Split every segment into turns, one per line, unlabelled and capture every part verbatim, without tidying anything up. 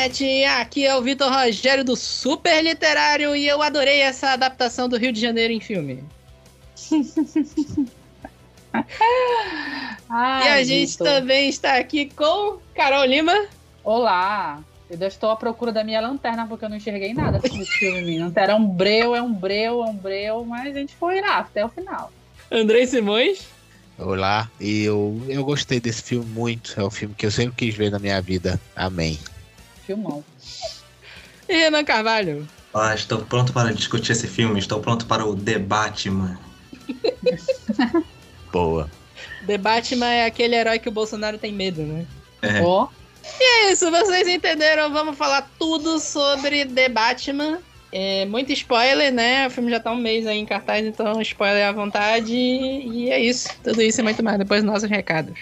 internet, aqui é o Vitor Rogério do Super Literário e eu adorei essa adaptação do Rio de Janeiro em filme.
Ai,
e a gente
Vitor.
também está aqui com Carol Lima.
Olá, eu estou à procura da minha lanterna porque eu não enxerguei nada nesse filme, menino. Era um breu, é um breu, é um breu, mas a gente foi lá até o final.
Andrei Simões.
Olá, e eu, eu gostei desse filme muito. É um filme que eu sempre quis ver na minha vida. Amém.
Filmão.
E Renan Carvalho.
Ah, estou pronto para discutir esse filme. Estou pronto para o debate, mano.
Boa.
The Batman é aquele herói que o Bolsonaro tem medo, né?
É.
Ó,
E é isso, vocês entenderam? Vamos falar tudo sobre The Batman. É muito spoiler, né? O filme já tá um mês aí em cartaz, então spoiler à vontade. E é isso. Tudo isso e muito mais depois dos nossos recados.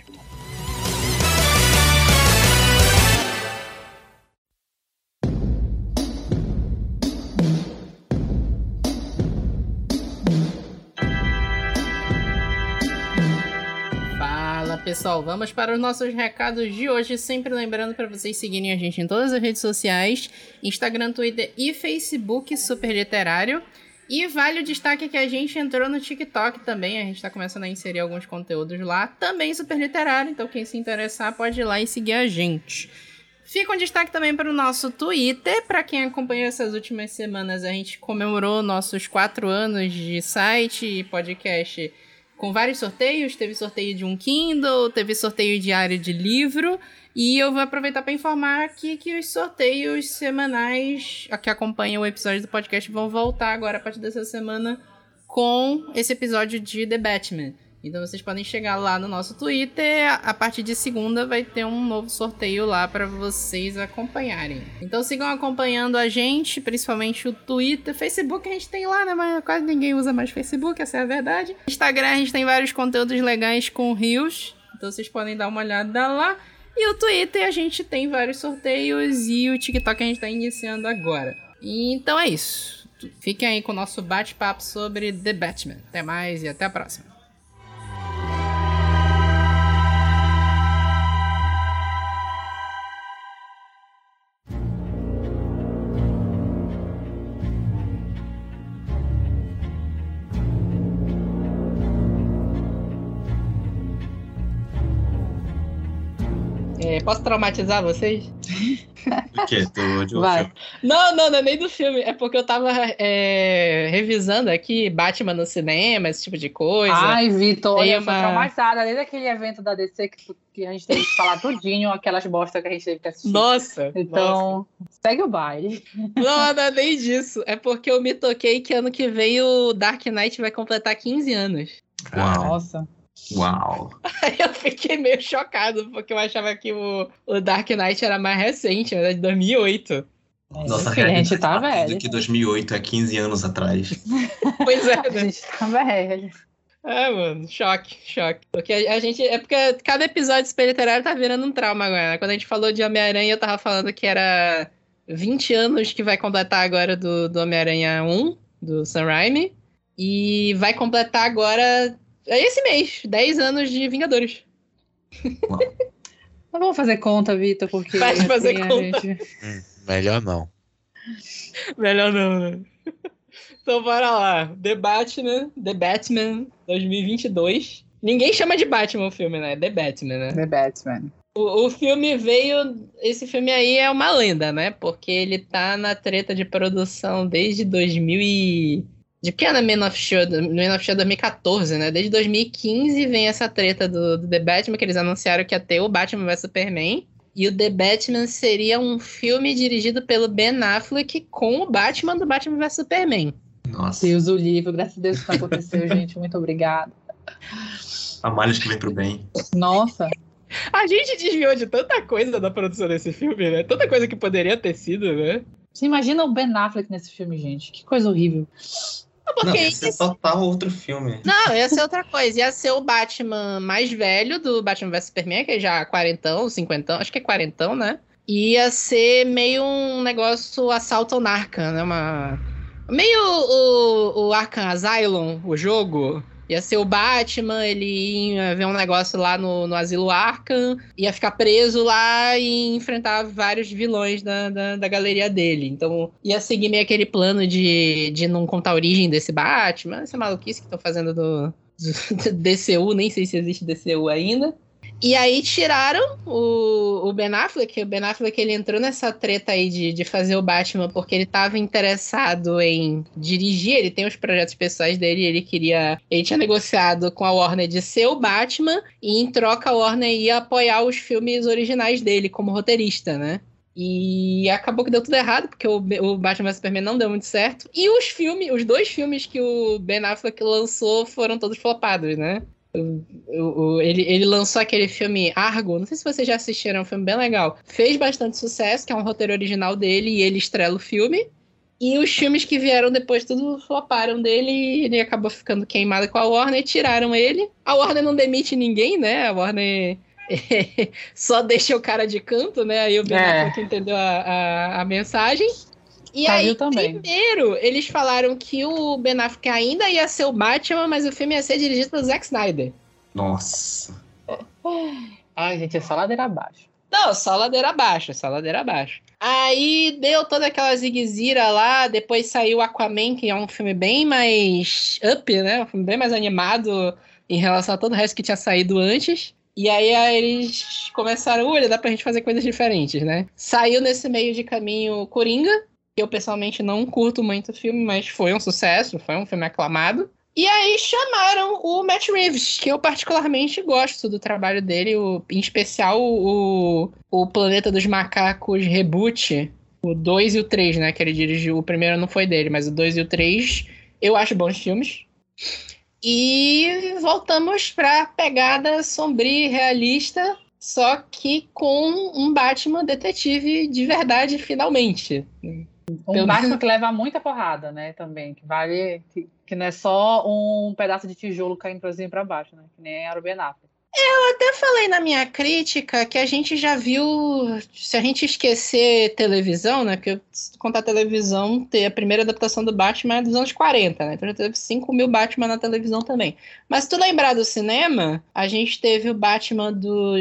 Fala, pessoal, vamos para os nossos recados de hoje, sempre lembrando para vocês seguirem a gente em todas as redes sociais, Instagram, Twitter e Facebook Super Literário. E vale o destaque que a gente entrou no TikTok também, a gente está começando a inserir alguns conteúdos lá, também Super Literário, então quem se interessar pode ir lá e seguir a gente. Fica um destaque também para o nosso Twitter, para quem acompanhou essas últimas semanas, a gente comemorou nossos quatro anos de site e podcast com vários sorteios, teve sorteio de um Kindle, teve sorteio diário de livro, e eu vou aproveitar para informar aqui que os sorteios semanais que acompanham o episódio do podcast vão voltar agora a partir dessa semana com esse episódio de The Batman. Então vocês podem chegar lá no nosso Twitter, a partir de segunda vai ter um novo sorteio lá para vocês acompanharem. Então sigam acompanhando a gente, principalmente o Twitter, Facebook a gente tem lá, né, mas quase ninguém usa mais Facebook, essa é a verdade. Instagram a gente tem vários conteúdos legais com rios, então vocês podem dar uma olhada lá. E o Twitter a gente tem vários sorteios e o TikTok a gente tá iniciando agora. E então é isso. Fiquem aí com o nosso bate-papo sobre The Batman. Até mais e até a próxima. É, posso traumatizar vocês?
O quê? Do, de um
vai.
filme?
Não, não, não é nem do filme. É porque eu tava é, revisando aqui Batman no cinema, esse tipo de coisa.
Ai, Vitor, olha,
Tem
eu sou
uma-
traumatizada desde aquele evento da D C que, que a gente teve que falar tudinho, aquelas bostas que a gente teve que assistir.
Nossa! nossa.
Então, segue o baile.
Não, não é nem disso. É porque eu me toquei que ano que vem o Dark Knight vai completar quinze anos.
Uau.
Nossa.
Uau.
Aí eu fiquei meio chocado, porque eu achava que o, o Dark Knight era mais recente, era de dois mil e oito.
Nossa,
Enfim, a gente tá
realidade
velho.
do que dois mil e oito é quinze anos atrás.
Pois é,
A
né?
gente tá velho.
É, mano, choque, choque. Porque a, a gente. É porque cada episódio de Super Literário tá virando um trauma agora, né? Quando a gente falou de Homem-Aranha, eu tava falando que era vinte anos que vai completar agora do, do Homem-Aranha um, do Sam Raimi. E vai completar agora. É esse mês, dez anos de Vingadores.
Uau.
Não vamos fazer conta, Vitor, porque
Vai fazer
assim, a
conta.
gente-
Hum, melhor não.
Melhor não, né? Então bora lá. The Batman, The Batman dois mil e vinte e dois. Ninguém chama de Batman o filme, né? The Batman, né?
The Batman.
O, o filme veio... Esse filme aí é uma lenda, né? Porque ele tá na treta de produção desde dois mil e... De que ano é Man of Steel? Man of Steel dois mil e catorze, né? Desde dois mil e quinze vem essa treta do, do The Batman, que eles anunciaram que ia ter o Batman vs Superman. E o The Batman seria um filme dirigido pelo Ben Affleck com o Batman do Batman vs Superman.
Nossa.
Deus o livro, graças a Deus que não aconteceu, gente. Muito obrigada.
Há males que vem pro bem.
Nossa.
A gente desviou de tanta coisa da produção desse filme, né? Tanta coisa que poderia ter sido, né?
Você imagina o Ben Affleck nesse filme, gente? Que coisa horrível.
Porque
Não, esse é
esse-
total outro filme.
Não, ia ser outra coisa. Ia ser o Batman mais velho do Batman vs Superman, que é já quarentão, cinquentão, acho que é quarentão, né? E ia ser meio um negócio assalto ao Arkham, né? Uma... Meio o, o Arkham Asylum, o jogo, Ia ser o Batman, ele ia ver um negócio lá no, no Asilo Arkham, ia ficar preso lá e enfrentar vários vilões da, da, da galeria dele. Então, ia seguir meio aquele plano de, de não contar a origem desse Batman. Essa maluquice que estão fazendo do, do D C U, nem sei se existe D C U ainda. E aí tiraram o, o Ben Affleck. O Ben Affleck, ele entrou nessa treta aí de, de fazer o Batman porque ele estava interessado em dirigir. Ele tem os projetos pessoais dele, ele queria... Ele tinha negociado com a Warner de ser o Batman e em troca a Warner ia apoiar os filmes originais dele como roteirista, né? E acabou que deu tudo errado, porque o, o Batman vs Superman não deu muito certo. E os filmes, os dois filmes que o Ben Affleck lançou foram todos flopados, né? O, o, ele, ele lançou aquele filme Argo, não sei se vocês já assistiram, é um filme bem legal. Fez bastante sucesso, que é um roteiro original dele, e ele estrela o filme. E os filmes que vieram depois tudo floparam dele, e ele acabou ficando queimado com a Warner, e tiraram ele. A Warner não demite ninguém, né? A Warner só deixa o cara de canto, né? Aí o Ben Affleck é. entendeu a, a, a mensagem. E tá, aí, também. Primeiro, eles falaram que o Ben Affleck ainda ia ser o Batman, mas o filme ia ser dirigido pelo Zack Snyder.
Nossa.
Ai, gente, é só ladeira abaixo.
Não, só ladeira abaixo, só ladeira abaixo. Aí deu toda aquela ziguezira lá, depois saiu Aquaman, que é um filme bem mais up, né? Um filme bem mais animado em relação a todo o resto que tinha saído antes. E aí, aí eles começaram, olha, dá pra gente fazer coisas diferentes, né? Saiu nesse meio de caminho Coringa. Eu, pessoalmente, não curto muito o filme, mas foi um sucesso, foi um filme aclamado. E aí chamaram o Matt Reeves, que eu particularmente gosto do trabalho dele, o, em especial o, o Planeta dos Macacos Reboot, o dois e o três, né, que ele dirigiu. O primeiro não foi dele, mas o dois e o três eu acho bons filmes. E voltamos pra pegada sombria e realista, só que com um Batman detetive de verdade, finalmente.
Um Pelo... Batman que leva muita porrada, né, também, que vale, que, que não é só um pedaço de tijolo caindo pra cima e pra baixo, né, que nem era o Ben Affleck.
Eu até falei na minha crítica que a gente já viu, se a gente esquecer televisão, né, porque se contar televisão, ter a primeira adaptação do Batman é dos anos quarenta, né, então já teve cinco mil Batman na televisão também. Mas se tu lembrar do cinema, a gente teve o Batman do...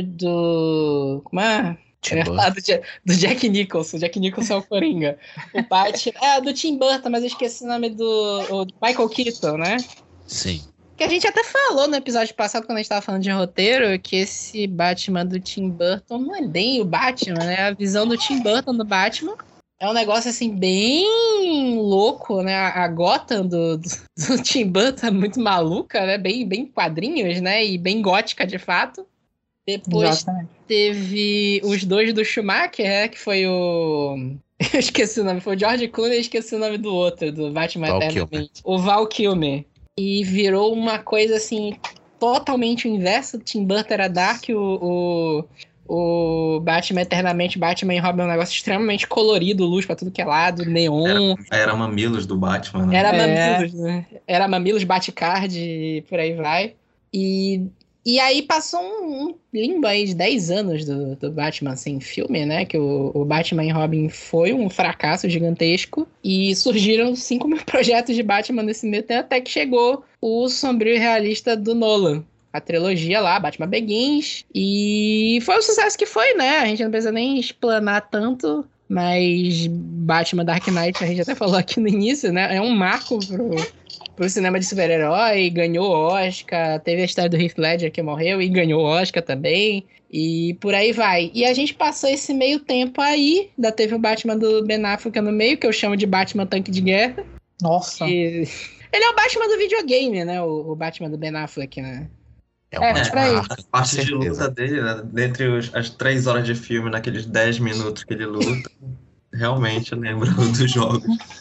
do como é? É, do, do Jack Nicholson. Jack Nicholson é o Coringa. O Batman... É, do Tim Burton, mas eu esqueci o nome do... O Michael Keaton, né?
Sim.
Que a gente até falou no episódio passado, quando a gente tava falando de roteiro, que esse Batman do Tim Burton não é bem o Batman, né? A visão do Tim Burton do Batman é um negócio, assim, bem louco, né? A Gotham do, do, do Tim Burton é muito maluca, né? Bem, bem quadrinhos, né? E bem gótica, de fato. Depois Exatamente. Teve os dois do Schumacher, né? Que foi o... Eu esqueci o nome. Foi o George Clooney e esqueci o nome do outro, do Batman
Val
Eternamente.
Kilmer.
O Val Kilmer. E virou uma coisa, assim, totalmente o inverso. O Tim Burton era dark, o, o, o Batman Eternamente, Batman e Robin é um negócio extremamente colorido, luz pra tudo que é lado, neon.
Era, era Mamilos do Batman, né?
Era
é.
Mamilos, né? Era Mamilos, Batcard e por aí vai. E... E aí passou um, um limbo aí de dez anos do, do Batman sem filme, né? Que o, o Batman e Robin foi um fracasso gigantesco. E surgiram cinco mil projetos de Batman nesse meio tempo, até que chegou o sombrio e realista do Nolan. A trilogia lá, Batman Begins. E foi o sucesso que foi, né? A gente não precisa nem explanar tanto. Mas Batman Dark Knight, a gente até falou aqui no início, né? É um marco pro... pro cinema de super-herói, ganhou Oscar, teve a história do Heath Ledger que morreu e ganhou Oscar também, e por aí vai. E a gente passou esse meio tempo aí, ainda teve o Batman do Ben Affleck no meio, que eu chamo de Batman Tanque de Guerra.
Nossa!
E... Ele é o Batman do videogame, né? O, o Batman do Ben Affleck, né?
É, um
É,
Batman,
pra
A
isso.
parte de
certeza.
luta dele, né? Dentre os- as três horas de filme, naqueles dez minutos que ele luta, realmente eu lembro dos jogos.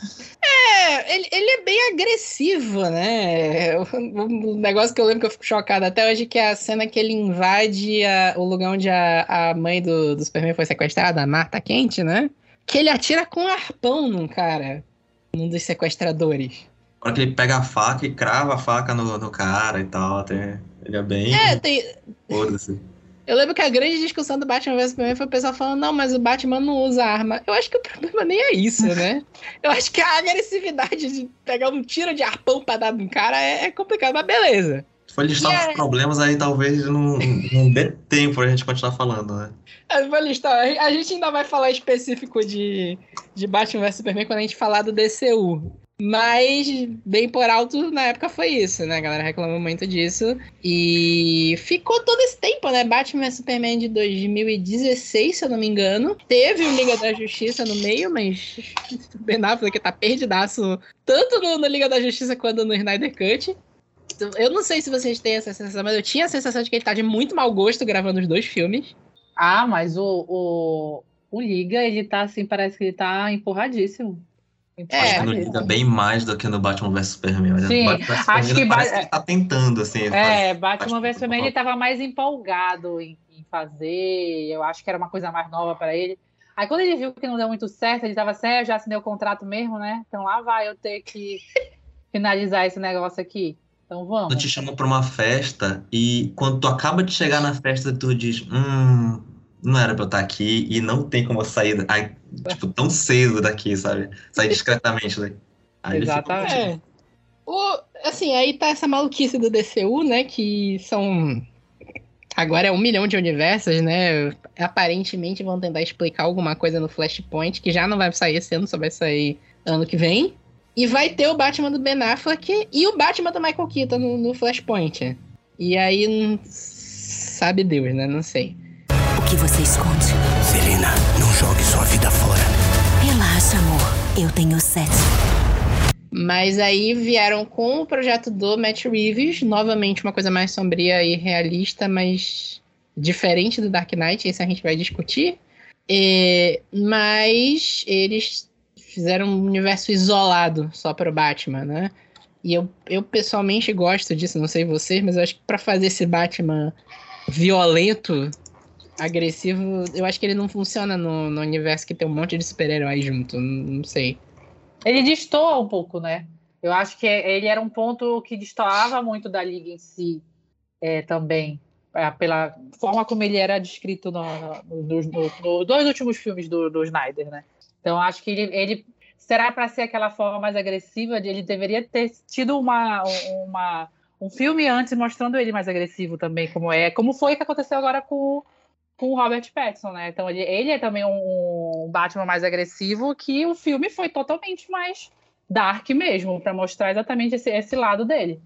É, ele, ele é bem agressivo, né? Um negócio que eu lembro que eu fico chocado até hoje, que é a cena que ele invade a- o lugar onde a, a mãe do, do Superman foi sequestrada, a Martha Kent, né? Que ele atira com um arpão num cara, num dos sequestradores.
A hora que ele pega a faca e crava a faca no, no cara e tal, tem- ele é bem...
É, tem,
Foda-se.
Eu lembro que a grande discussão do Batman versus Superman foi o pessoal falando, não, mas o Batman não usa arma. Eu acho que o problema nem é isso, né? Eu acho que a agressividade de pegar um tiro de arpão pra dar num cara é, é complicado, mas beleza.
Se for listar
Yeah.
os problemas, aí talvez não, não dê tempo pra gente continuar falando, né?
Eu vou listar, a gente ainda vai falar específico de, de Batman versus Superman quando a gente falar do D C U. Mas, bem por alto, na época foi isso, né? A galera reclamou muito disso. E ficou todo esse tempo, né? Batman versus Superman de dois mil e dezesseis, se eu não me engano. Teve o Liga da Justiça no meio, mas o Ben Affleck tá perdidaço tanto no, no Liga da Justiça quanto no Snyder Cut. Eu não sei se vocês têm essa sensação, mas eu tinha a sensação de que ele tá de muito mau gosto gravando os dois filmes.
Ah, mas o, o, o Liga, ele tá assim, parece que ele tá empurradíssimo.
É,
Acho que não liga bem mais do que no Batman versus Superman. Mas
Sim,
no Batman versus
acho
Superman
que
parece
ba-
que ele tá tentando, assim. ele
É,
faz-
Batman
faz
vs
tudo
Superman, ele
pra-
tava mais empolgado em, em fazer, eu acho que era uma coisa mais nova pra ele. Aí quando ele viu que não deu muito certo, ele tava assim, "É, eu já assinei o contrato mesmo, né? Então lá vai eu ter que finalizar esse negócio aqui. Então
Quando
vamos."
te chamam pra uma festa e quando tu acaba de chegar na festa, tu diz, hum, não era pra eu estar aqui e não tem como eu sair, ai, tipo, tão cedo daqui, sabe? Sair discretamente daí. Aí ele fica
Exatamente.
É. O, assim, aí tá essa maluquice do D C U, né? Que são. Agora é um milhão de universos, né? Aparentemente vão tentar explicar alguma coisa no Flashpoint, que já não vai sair esse ano, só vai sair ano que vem. E vai ter o Batman do Ben Affleck e o Batman do Michael Keaton no, no Flashpoint. E aí, não- sabe Deus, né? Não sei.
O que você esconde?
Selina, não jogue sua vida fora.
Relaxa, amor. Eu tenho sete.
Mas aí vieram com o projeto do Matt Reeves, novamente uma coisa mais sombria e realista, mas diferente do Dark Knight, isso a gente vai discutir. E- mas eles fizeram um universo isolado só para o Batman, né? E eu, eu pessoalmente gosto disso, não sei vocês, mas eu acho que para fazer esse Batman violento, agressivo, eu acho que ele não funciona no, no universo que tem um monte de super-heróis junto, não, não sei.
Ele destoa um pouco, né? Eu acho que ele era um ponto que destoava muito da Liga em si, é, também, é, pela forma como ele era descrito no, no, nos no, no dois últimos filmes do, do Snyder, né? Então, acho que ele, ele será para ser aquela forma mais agressiva, ele deveria ter tido uma, uma, um filme antes mostrando ele mais agressivo também, como é, como foi que aconteceu agora com, com o Robert Pattinson, né? Então, ele, ele é também um, um Batman mais agressivo, que o filme foi totalmente mais dark mesmo, para mostrar exatamente esse, esse lado dele.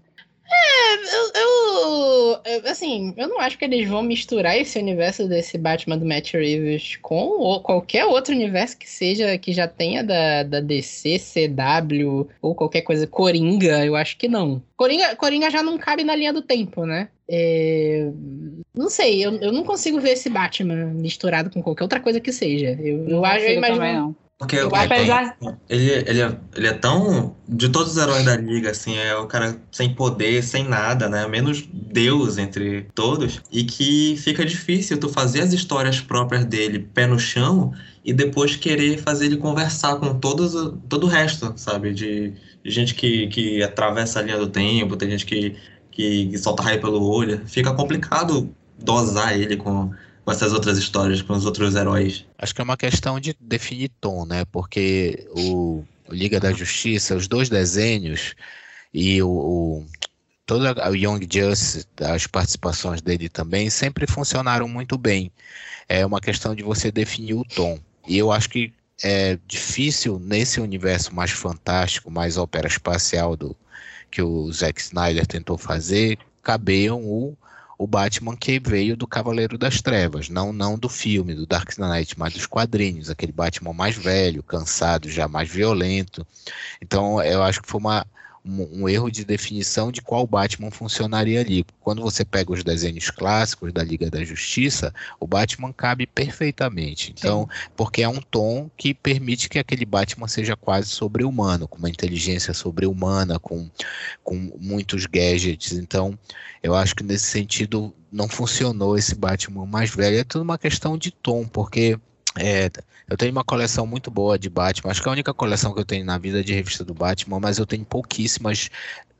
Eu, eu, eu- assim, eu não acho que eles vão misturar esse universo desse Batman do Matt Reeves com o- qualquer outro universo que seja, que já tenha da, da D C, C W ou qualquer coisa. Coringa, eu acho que não. Coringa, Coringa já não cabe na linha do tempo, né? É, não sei, eu, eu não consigo ver esse Batman misturado com qualquer outra coisa que seja. Eu, eu,
Não
acho, eu
consigo
imagino.
também, não.
Porque
Eu
o-
acho-
Apesar-
ele, ele, é, ele é tão. De todos os heróis da Liga, assim, é o cara sem poder, sem nada, né? Menos Deus entre todos. E que fica difícil tu fazer as histórias próprias dele pé no chão e depois querer fazer ele conversar com todos, o- todo o resto, sabe? De, de gente que, que atravessa a linha do tempo, tem gente que, que, que solta raio pelo olho. Fica complicado dosar ele com, com essas outras histórias, com os outros heróis.
Acho que é uma questão de definir tom, né? Porque o, o Liga da Justiça, os dois desenhos e o, o toda a Young Justice, as participações dele também sempre funcionaram muito bem. É uma questão de você definir o tom. E eu acho que é difícil nesse universo mais fantástico, mais ópera espacial do que o Zack Snyder tentou fazer, caber o o Batman que veio do Cavaleiro das Trevas, não, não do filme, do Dark Knight, mas dos quadrinhos, aquele Batman mais velho, cansado, já mais violento. Então eu acho que foi uma, um, um erro de definição de qual Batman funcionaria ali. Quando você pega os desenhos clássicos da Liga da Justiça, o Batman cabe perfeitamente. Então, porque é um tom que permite que aquele Batman seja quase sobre-humano, com uma inteligência sobre-humana, com, com muitos gadgets. Então, eu acho que nesse sentido não funcionou esse Batman mais velho. É tudo uma questão de tom, porque é, eu tenho uma coleção muito boa de Batman. Acho que é a única coleção que eu tenho na vida de revista do Batman, mas eu tenho pouquíssimas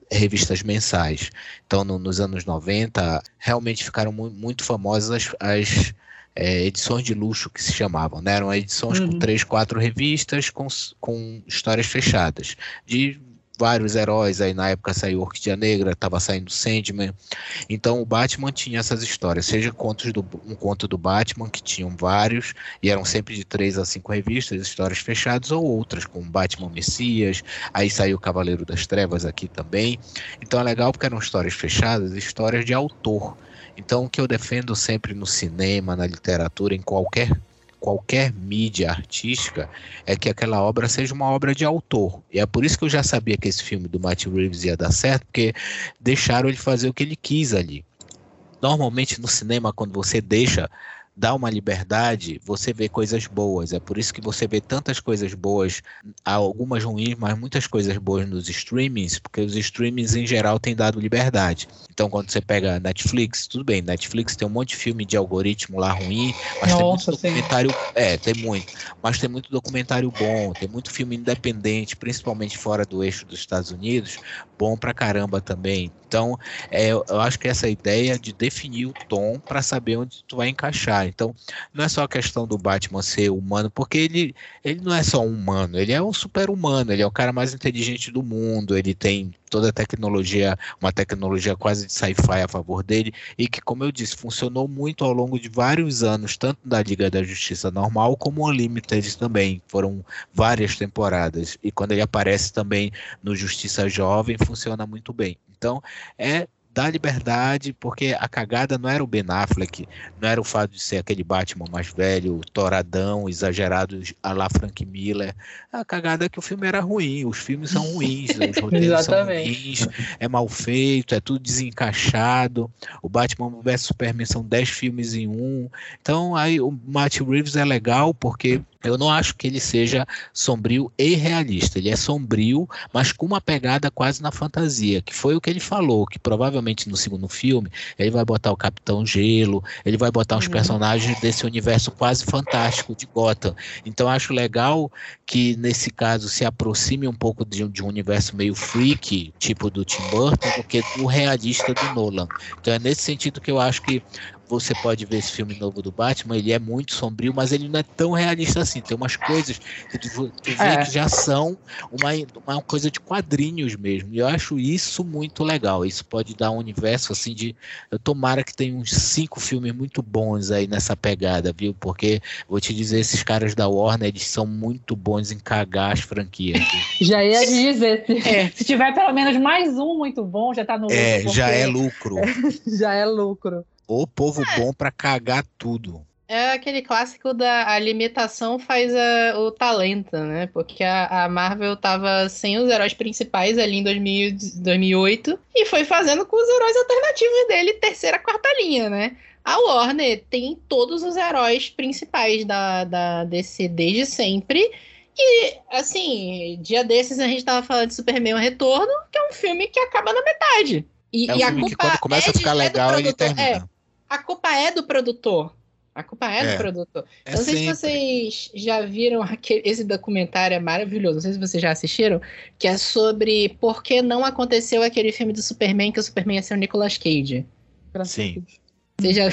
revistas mensais. Então, no, nos anos noventa, realmente ficaram mu muito famosas as, as é, edições de luxo que se chamavam, né? Eram edições uhum. com três, quatro revistas com, com histórias fechadas, de vários heróis. Aí na época saiu Orquídea Negra, estava saindo Sandman. Então o Batman tinha essas histórias, seja contos do, um conto do Batman, que tinham vários, e eram sempre de três a cinco revistas, histórias fechadas, ou outras, como Batman Messias. Aí saiu o Cavaleiro das Trevas aqui também. Então é legal porque eram histórias fechadas, histórias de autor. Então o que eu defendo sempre no cinema, na literatura, em qualquer qualquer mídia artística, é que aquela obra seja uma obra de autor. E é por isso que eu já sabia que esse filme do Matt Reeves ia dar certo, porque deixaram ele fazer o que ele quis ali. Normalmente no cinema, quando você deixa, dá uma liberdade, você vê coisas boas. É por isso que você vê tantas coisas boas, algumas ruins, mas muitas coisas boas nos streamings, porque os streamings em geral têm dado liberdade. Então quando você pega Netflix, tudo bem, Netflix tem um monte de filme de algoritmo lá ruim, mas Nossa, tem muito documentário, sim. é, tem muito, mas tem muito documentário bom, tem muito filme independente, principalmente fora do eixo dos Estados Unidos, bom pra caramba também. Então, é, eu acho que essa ideia de definir o tom para saber onde tu vai encaixar. Então, não é só a questão do Batman ser humano, porque ele, ele não é só um humano, ele é um super-humano, ele é o cara mais inteligente do mundo, ele tem toda a tecnologia, uma tecnologia quase de sci-fi a favor dele, e que, como eu disse, funcionou muito ao longo de vários anos, tanto da Liga da Justiça normal, como o Unlimited também, foram várias temporadas, e quando ele aparece também no Justiça Jovem, funciona muito bem. Então, é dar liberdade, porque a cagada não era o Ben Affleck, não era o fato de ser aquele Batman mais velho, toradão, exagerado, a la Frank Miller. A cagada é que o filme era ruim, os filmes são ruins, os roteiros são ruins, é mal feito, é tudo desencaixado. O Batman versus Superman são dez filmes em um. Então, aí o Matt Reeves é legal, porque eu não acho que ele seja sombrio e realista. Ele é sombrio, mas com uma pegada quase na fantasia, que foi o que ele falou, que provavelmente no segundo filme ele vai botar o Capitão Gelo, ele vai botar uns uhum. personagens desse universo quase fantástico de Gotham. Então eu acho legal que nesse caso se aproxime um pouco de, de um universo meio freak, tipo do Tim Burton, do que do realista do Nolan. Então é nesse sentido que eu acho que você pode ver esse filme novo do Batman, ele é muito sombrio, mas ele não é tão realista assim. Tem umas coisas que tu, tu vê é. que já são uma, uma coisa de quadrinhos mesmo. E eu acho isso muito legal. Isso pode dar um universo assim de... Eu tomara que tenha uns cinco filmes muito bons aí nessa pegada, viu? Porque, vou te dizer, esses caras da Warner, eles são muito bons em cagar as franquias.
Já ia te dizer. Se, é. se tiver pelo menos mais um muito bom, já tá no lucro.
É, já é lucro.
já é lucro.
O povo é. bom pra cagar tudo.
É aquele clássico da a limitação faz a, o talento, né? Porque a, a Marvel tava sem os heróis principais ali em dois mil, dois mil e oito e foi fazendo com os heróis alternativos dele, terceira, quarta linha, né? A Warner tem todos os heróis principais da, da D C desde sempre. E, assim, dia desses a gente tava falando de Superman O Retorno, que é um filme que acaba na metade. E,
é um
e
filme
a culpa
que quando começa
é
a ficar
de,
legal,
é
ele termina.
É, a culpa é do produtor. A culpa é, é do produtor.
É
Eu não sei
sempre.
se vocês já viram aquele, esse documentário, é maravilhoso. Não sei se vocês já assistiram, que é sobre por que não aconteceu aquele filme do Superman, que o Superman ia ser o Nicolas Cage.
Sim.
Você já...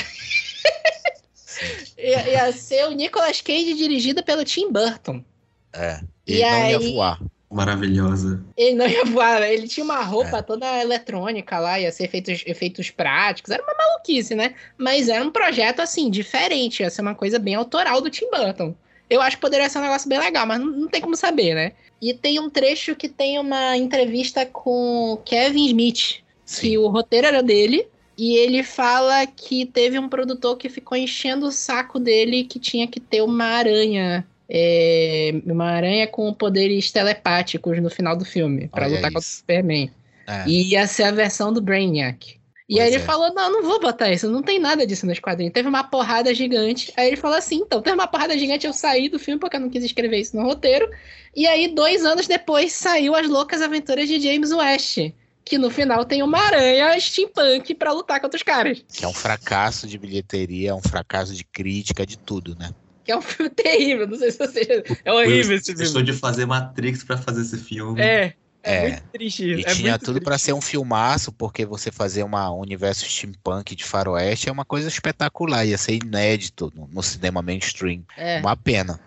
ia, ia ser o Nicolas Cage dirigido pelo Tim Burton.
É. Ele
e
não
aí...
ia voar.
Maravilhosa.
Ele não ia voar, ele tinha uma roupa é. toda eletrônica lá, ia ser efeitos, efeitos práticos, era uma maluquice, né? Mas era um projeto, assim, diferente, ia ser uma coisa bem autoral do Tim Burton. Eu acho que poderia ser um negócio bem legal, mas não, não tem como saber, né? E tem um trecho que tem uma entrevista com Kevin Smith, Sim. que o roteiro era dele, e ele fala que teve um produtor que ficou enchendo o saco dele que tinha que ter uma aranha... É, uma aranha com poderes telepáticos no final do filme pra Olha lutar isso. contra o Superman é. E ia ser a versão do Brainiac. E pois aí ele é. falou, não, não vou botar isso, não tem nada disso nos quadrinhos. Teve uma porrada gigante. Aí ele falou assim, então, teve uma porrada gigante, eu saí do filme porque eu não quis escrever isso no roteiro. E aí, dois anos depois, saiu As Loucas Aventuras de James West, que no final tem uma aranha steampunk pra lutar contra os caras.
Que é um fracasso de bilheteria, é um fracasso de crítica, de tudo, né?
Que é um filme terrível, não sei se você... É horrível esse filme.
Estou de fazer Matrix pra fazer esse filme.
É,
É,
É,
muito triste isso.
e
É
tinha
muito
tudo pra
triste.
ser um filmaço, porque você fazer uma, um universo steampunk de faroeste é uma coisa espetacular, ia ser inédito no, no cinema mainstream.
É.
Uma pena.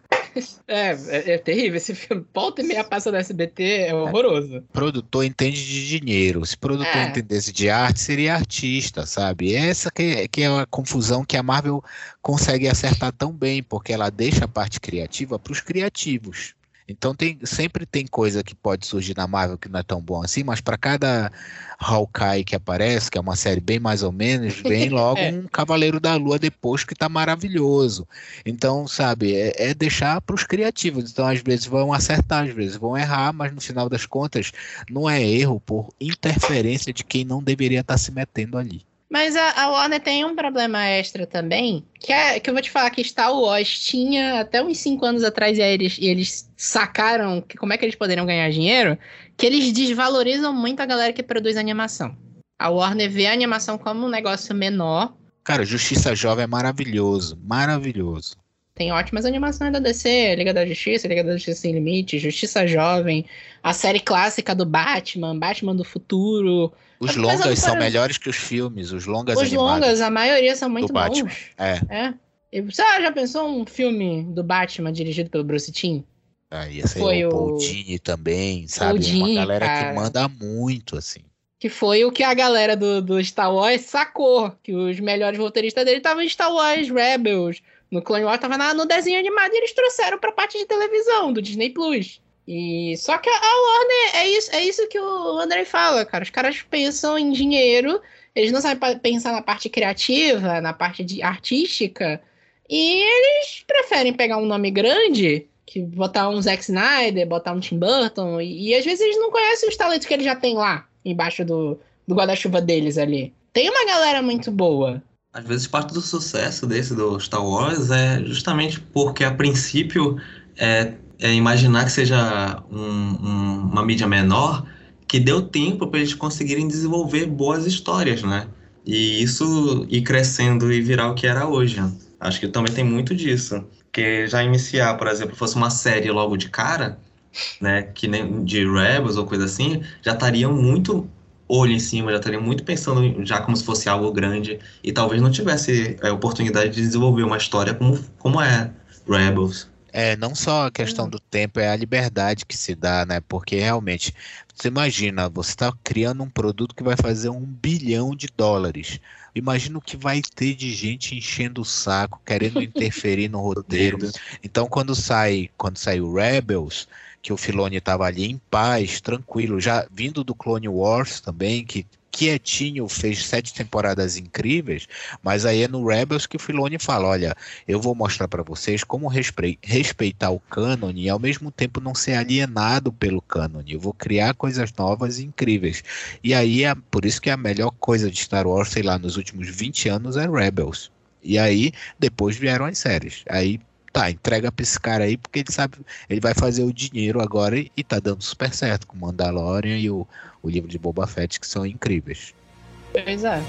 É, é, é terrível esse filme. Volta e meia passa no S B T, é horroroso.
Produtor entende de dinheiro. Se produtor
É.
entendesse de arte, seria artista, sabe? Essa que, é- que é a confusão que a Marvel consegue acertar tão bem, porque ela deixa a parte criativa para os criativos. Então tem, sempre tem coisa que pode surgir na Marvel que não é tão bom assim, mas para cada Hawkeye que aparece, que é uma série bem mais ou menos, vem logo
É.
um Cavaleiro da Lua depois que tá maravilhoso. Então, sabe, é, é deixar para os criativos. Então, às vezes vão acertar, às vezes vão errar, mas no final das contas, não é erro por interferência de quem não deveria estar se metendo ali.
Mas a, a Warner tem um problema extra também, que é que eu vou te falar que Star Wars tinha até uns cinco anos atrás e aí eles, e eles sacaram que, como é que eles poderiam ganhar dinheiro, que eles desvalorizam muito a galera que produz animação. A Warner vê a animação como um negócio menor.
Cara, Justiça Jovem é maravilhoso, maravilhoso.
Tem ótimas animações da D C, Liga da Justiça, Liga da Justiça Sem Limites, Justiça Jovem, a série clássica do Batman, Batman do Futuro.
Os
Mas eu
longas
não
são
parece-
melhores que os filmes, os longas
Os
animados
longas, a maioria são
do
muito
Batman.
bons.
É,
É. E você ah, já pensou um filme do Batman dirigido pelo Bruce Timm?
aí esse aí
Foi
é o
o-
Paul Dini também, sabe? Uma
Dini,
galera
cara.
que manda muito, assim.
Que foi o que a galera do, do Star Wars sacou. Que os melhores roteiristas dele estavam em Star Wars Rebels. No Clone Wars tava na- no desenho animado e eles trouxeram pra parte de televisão, do Disney Plus. E só que a a Warner é isso, é isso que o André fala, cara. Os caras pensam em dinheiro, eles não sabem pa- pensar na parte criativa, na parte de artística, e eles preferem pegar um nome grande, que botar um Zack Snyder, botar um Tim Burton, e, e às vezes eles não conhecem os talentos que eles já têm lá, embaixo do, do guarda-chuva deles ali. Tem uma galera muito boa.
Às vezes parte do sucesso desse do Star Wars é justamente porque a princípio é, é imaginar que seja um- um- uma mídia menor que deu tempo para eles conseguirem desenvolver boas histórias, né? E isso ir crescendo e virar o que era hoje. Acho que também tem muito disso. Porque já iniciar, por exemplo, fosse uma série logo de cara, né, que nem de Rebels ou coisa assim, já estariam muito olho em cima, já estariam muito pensando em- já como se fosse algo grande e talvez não tivesse é, oportunidade de desenvolver uma história como, como é Rebels.
É, não só a questão do tempo, é a liberdade que se dá, né? Porque realmente, você imagina, você está criando um produto que vai fazer um bilhão de dólares. Imagina o que vai ter de gente enchendo o saco, querendo interferir no roteiro. Então, quando sai, quando saiu Rebels, que o Filoni estava ali em paz, tranquilo, já vindo do Clone Wars também, que quietinho fez sete temporadas incríveis, mas aí é no Rebels que o Filoni fala, olha, eu vou mostrar para vocês como respre- respeitar o cânone e ao mesmo tempo não ser alienado pelo cânone, eu vou criar coisas novas e incríveis. E aí, é por isso que a melhor coisa de Star Wars, sei lá, nos últimos vinte anos é Rebels. E aí, depois vieram as séries. Aí, tá, entrega pra esse cara aí, porque ele sabe, ele vai fazer o dinheiro agora e, e tá dando super certo com Mandalorian e o, o livro de Boba Fett, que são incríveis.
Pois é.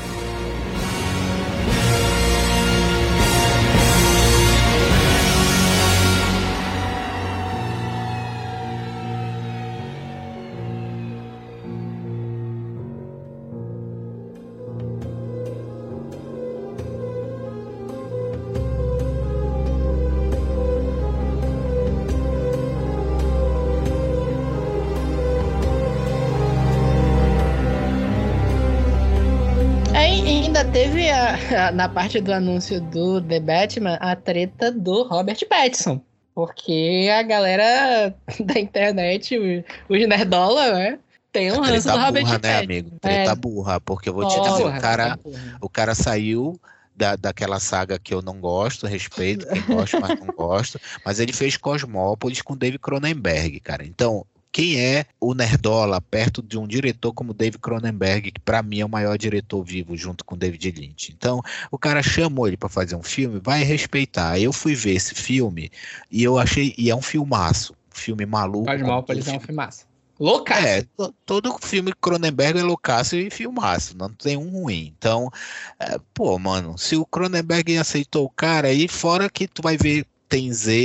Aí ainda teve a- a- na parte do anúncio do The Batman a treta do Robert Pattinson. Porque a galera da internet, o- os nerdola, né? Tem um ranço
Treta
do Robert
burra, né,
Pattinson.
amigo? Treta
É.
burra, porque eu vou te
Ó,
dizer,
porra,
o cara,
treta burra.
o cara saiu da, daquela saga que eu não gosto, respeito quem gosta, mas não gosto, mas ele fez Cosmópolis com Dave Cronenberg, cara. Então, quem é o nerdola perto de um diretor como Dave Cronenberg, que pra mim é o maior diretor vivo junto com David Lynch? Então, o cara chamou ele pra fazer um filme, vai respeitar. Aí eu fui ver esse filme e eu achei, e é um filmaço, filme maluco. como
Cosmópolis
todo
é um
filme.
filmaço. Loucaço.
É, to- todo filme Cronenberg é loucaço e filmaço, não tem um ruim. Então, é, pô, mano, se o Cronenberg aceitou o cara, aí fora que tu vai ver, tem Z,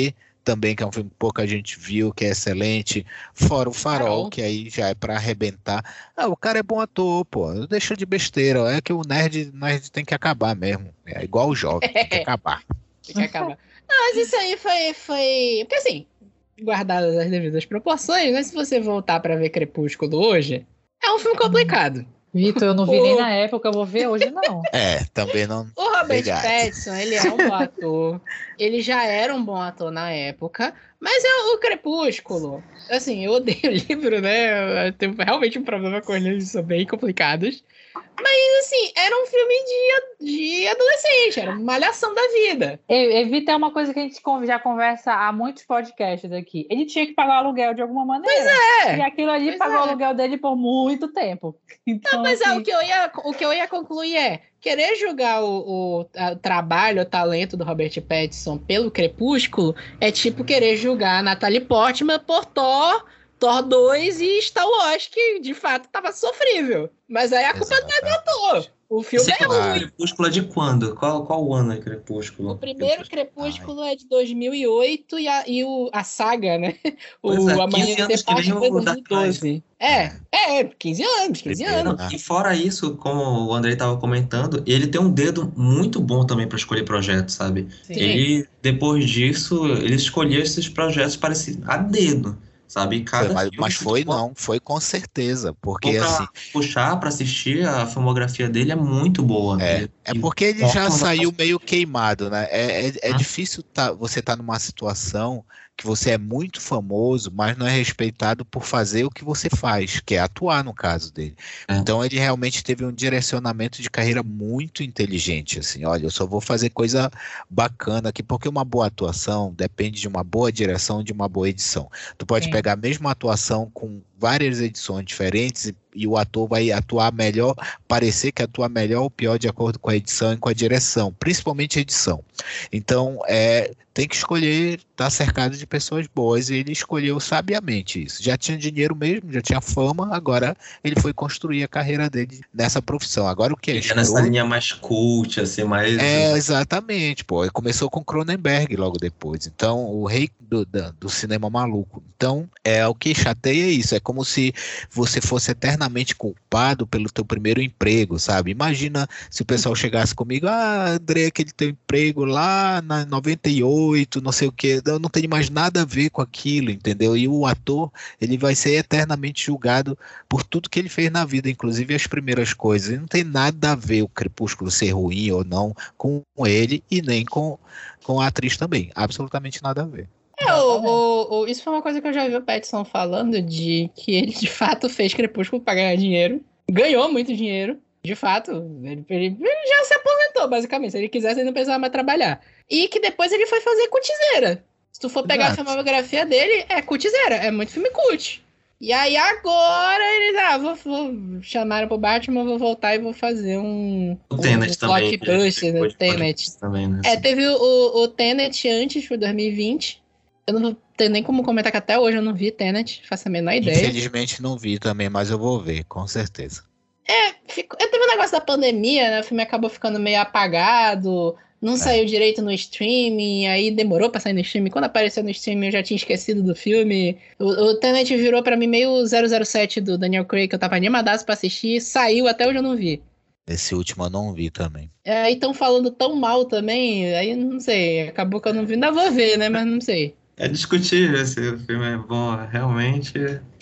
também, que é um filme que pouca gente viu, que é excelente. Fora o Farol,
Farol.
que aí já é pra arrebentar. Ah, o cara é bom ator, pô. Deixa de besteira. É que o nerd, nerd tem que acabar mesmo. É igual o jovem, tem que acabar.
Tem que acabar. Não, mas isso aí foi, foi... Porque assim, guardadas as devidas proporções, né? Se você voltar pra ver Crepúsculo hoje, é um filme complicado.
Vitor, eu não vi
O-
nem na época, eu vou ver hoje não.
É, também não.
O Robert
Obrigado.
Pattinson, ele é um bom ator. Ele já era um bom ator na época, mas é o Crepúsculo. Assim, eu odeio o livro, né? Eu tenho realmente um problema com eles, são bem complicados. Mas, assim, era um filme de, de adolescente, era uma malhação da vida.
E- Evita é uma coisa que a gente con- já conversa há muitos podcasts aqui. Ele tinha que pagar o aluguel de alguma maneira.
É.
E aquilo ali
Pois
pagou
é.
o aluguel dele por muito tempo. Então,
Mas é,
assim,
o, que eu ia, o que eu ia concluir é, querer julgar o, o a- trabalho, o talento do Robert Pattinson pelo Crepúsculo é tipo querer julgar a Natalie Portman por Thor, Thor dois e Star Wars, que de fato tava sofrível. Mas aí a culpa não é do ator. O filme
Esse
é ruim.
Crepúsculo é de quando? Qual, qual ano é Crepúsculo?
O primeiro Crepúsculo é de dois mil e oito e a, e o, a saga, né? O
Pois é, quinze
Amanhecer
anos que
Parte
nem o
foi
Dark
dois mil e doze. É, é, quinze anos, quinze
Primeiro,
anos.
né?
E fora isso, como o Andrei estava comentando, ele tem um dedo muito bom também para escolher projetos, sabe?
Sim.
Ele, depois disso, ele escolhia esses projetos parecidos a dedo, sabe? E cada
Foi, mas,
filme
mas
muito
foi
bom.
não, foi com certeza. Porque
Pra
assim,
puxar para assistir, a filmografia dele é muito boa.
É,
Ele-
é
e
porque ele
mostra
já
uma-
saiu meio queimado, né? É, é, é
Hum.
difícil tá, você estar numa situação que você é muito famoso, mas não é respeitado por fazer o que você faz, que é atuar no caso dele.
É.
Então ele realmente teve um direcionamento de carreira muito inteligente, assim, olha, eu só vou fazer coisa bacana aqui, porque uma boa atuação depende de uma boa direção, de uma boa edição. Tu pode
Sim.
pegar a mesma atuação com várias edições diferentes e, e o ator vai atuar melhor, parecer que atua melhor ou pior de acordo com a edição e com a direção, principalmente a edição. Então, é, tem que escolher, estar cercado de pessoas boas, e ele escolheu sabiamente isso. Já tinha dinheiro mesmo, já tinha fama, agora ele foi construir a carreira dele nessa profissão. Agora o que é
Ele é nessa
escroto-
linha mais cult, assim, mais...
é, exatamente, pô. Ele começou com Cronenberg logo depois. Então, o rei do, da- do cinema maluco. Então, é o que chateia é isso. É como se você fosse eternamente culpado pelo teu primeiro emprego, sabe? Imagina se o pessoal chegasse comigo, ah, André, aquele teu emprego lá na noventa e oito, não sei o quê. Eu não tenho mais nada a ver com aquilo, entendeu? E o ator, ele vai ser eternamente julgado por tudo que ele fez na vida, inclusive as primeiras coisas. E não tem nada a ver o Crepúsculo ser ruim ou não com ele e nem com, com a atriz também. Absolutamente nada a ver.
É, o, o- o- isso foi uma coisa que eu já vi o Pattinson falando, de que ele de fato fez Crepúsculo pra ganhar dinheiro. Ganhou muito dinheiro, de fato. Ele, ele- ele já se aposentou, basicamente. Se ele quisesse, ele não precisava mais trabalhar. E que depois ele foi fazer Cutizeira. Se tu for pegar
Exato.
a filmografia dele, é Cutizeira. É muito filme cult. E aí agora eles, ah, vou, vou chamaram pro Batman, vou voltar e vou fazer um,
O
um
Tenet também.
blockbuster, né?
depois pode-
Tenet.
Também, né?
É, teve o, o, o Tenet antes, foi dois mil e vinte. Eu não tenho nem como comentar que até hoje eu não vi Tenet, faço a menor ideia.
Infelizmente não vi também, mas eu vou ver, com certeza.
É, ficou, é, teve um negócio da pandemia, né? O filme acabou ficando meio apagado, não saiu direito no streaming, aí demorou pra sair no streaming. Quando apareceu no streaming eu já tinha esquecido do filme. O, o Tenet virou pra mim meio zero zero sete do Daniel Craig, que eu tava animadaço pra assistir, saiu, até hoje eu não vi.
Esse último eu não vi também.
É, aí estão falando tão mal também, aí não sei, acabou que eu não vi. Ainda vou ver, né? Mas não sei.
É discutível se o filme é bom, realmente.